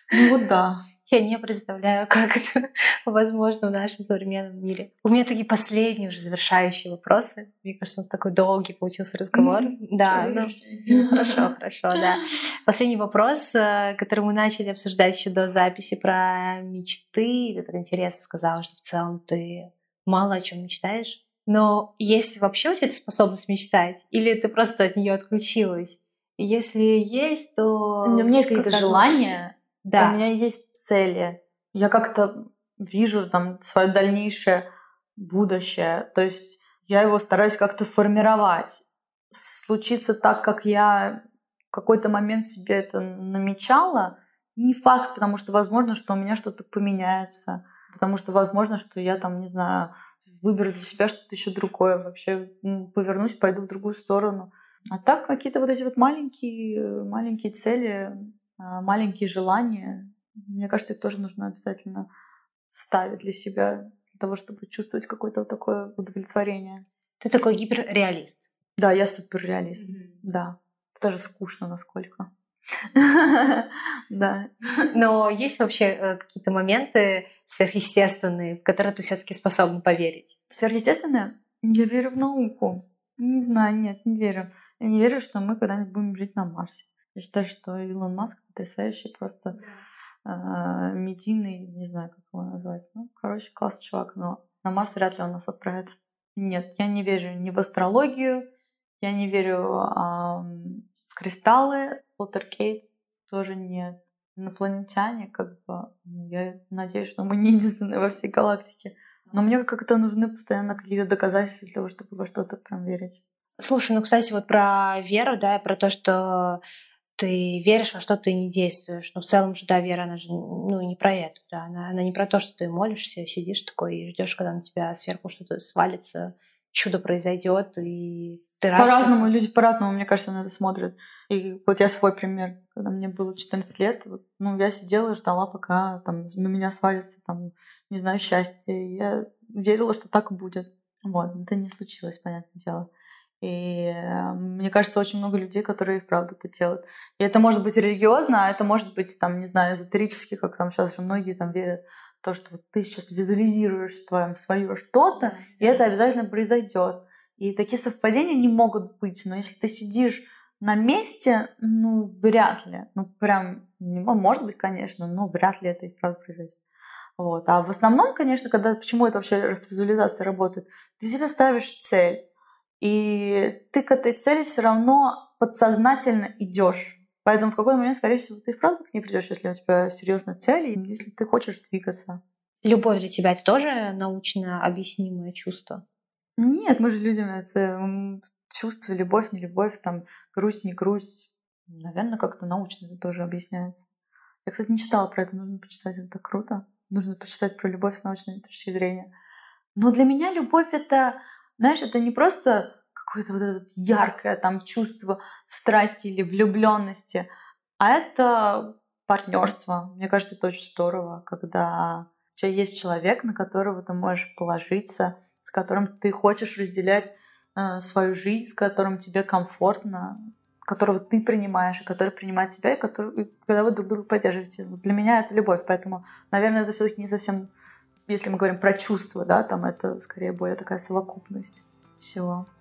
S1: Ну вот да.
S2: Я не представляю, как это возможно в нашем современном мире. У меня такие последние уже завершающие вопросы. Мне кажется, у нас такой долгий получился разговор. Да, хорошо, да. Последний вопрос, который мы начали обсуждать еще до записи, про мечты. Ты так интересно сказала, что в целом ты мало о чем мечтаешь. Но есть ли вообще у тебя эта способность мечтать? Или ты просто от нее отключилась? И если есть, то...
S1: У меня есть какие-то желания,
S2: да.
S1: У меня есть цели. Я как-то вижу там свое дальнейшее будущее. То есть я его стараюсь как-то формировать. Случится так, как я в какой-то момент себе это намечала, не факт, потому что возможно, что у меня что-то поменяется. Потому что возможно, что я там, не знаю, выберу для себя что-то еще другое. Вообще повернусь, пойду в другую сторону. А так какие-то вот эти вот маленькие цели, маленькие желания, мне кажется, их тоже нужно обязательно ставить для себя, для того, чтобы чувствовать какое-то вот такое удовлетворение.
S2: Ты такой гиперреалист.
S1: Да, я суперреалист. Да. Это даже скучно насколько. Да.
S2: Но есть вообще какие-то моменты сверхъестественные, в которые ты все-таки способна поверить?
S1: Сверхъестественное? Я верю в науку. Не знаю, нет, не верю. Я не верю, что мы когда-нибудь будем жить на Марсе. Я считаю, что Илон Маск потрясающий, просто медийный, не знаю, как его назвать. Ну, короче, классный чувак, но на Марс вряд ли он нас отправит. Нет, я не верю ни в астрологию, я не верю в кристаллы, полтергейст тоже нет. Инопланетяне, как бы, я надеюсь, что мы не единственные во всей галактике. Но мне как-то нужны постоянно какие-то доказательства для того, чтобы во что-то прям верить.
S2: Слушай, ну, кстати, вот про веру, да, про то, что ты веришь во что ты не действуешь. Но в целом же, да, вера, она же, ну, не про это, да. Она не про то, что ты молишься, сидишь такой и ждешь, когда на тебя сверху что-то свалится, чудо произойдет, и ты раз...
S1: По-разному, люди по-разному, мне кажется, на это смотрят. И вот я свой пример. Когда мне было 14 лет, ну, я сидела и ждала, пока там на меня свалится, там, не знаю, счастье. Я верила, что так и будет. Вот, это не случилось, понятное дело. И мне кажется, очень много людей, которые и вправду это делают. И это может быть религиозно, а это может быть, там, не знаю, эзотерически, как там сейчас же многие там верят в то, что вот ты сейчас визуализируешь свое что-то, и это обязательно произойдет. И такие совпадения не могут быть. Но если ты сидишь на месте, ну, вряд ли. Ну, прям, может быть, конечно, но вряд ли это и вправду произойдет. Вот. А в основном, конечно, почему это вообще с визуализацией работает? Ты себе ставишь цель, и ты к этой цели все равно подсознательно идешь. Поэтому в какой-то момент, скорее всего, ты и вправду к ней придешь, если у тебя серьезная цель, и если ты хочешь двигаться.
S2: Любовь для тебя — это тоже научно объяснимое чувство?
S1: Нет, мы же люди, это чувство, любовь, не любовь, там, грусть, не грусть. Наверное, как-то научно это тоже объясняется. Я, кстати, не читала про это, нужно почитать, это так круто. Нужно почитать про любовь с научной точки зрения. Но для меня любовь — это, знаешь, это не просто какое-то вот это яркое там чувство страсти или влюбленности, а это партнерство. Мне кажется, это очень здорово, когда у тебя есть человек, на которого ты можешь положиться, с которым ты хочешь разделять свою жизнь, с которым тебе комфортно, которого ты принимаешь, и который принимает тебя, и когда вы друг друга поддерживаете. Для меня это любовь, поэтому, наверное, это все-таки не совсем, если мы говорим про чувства, да, там это скорее более такая совокупность всего.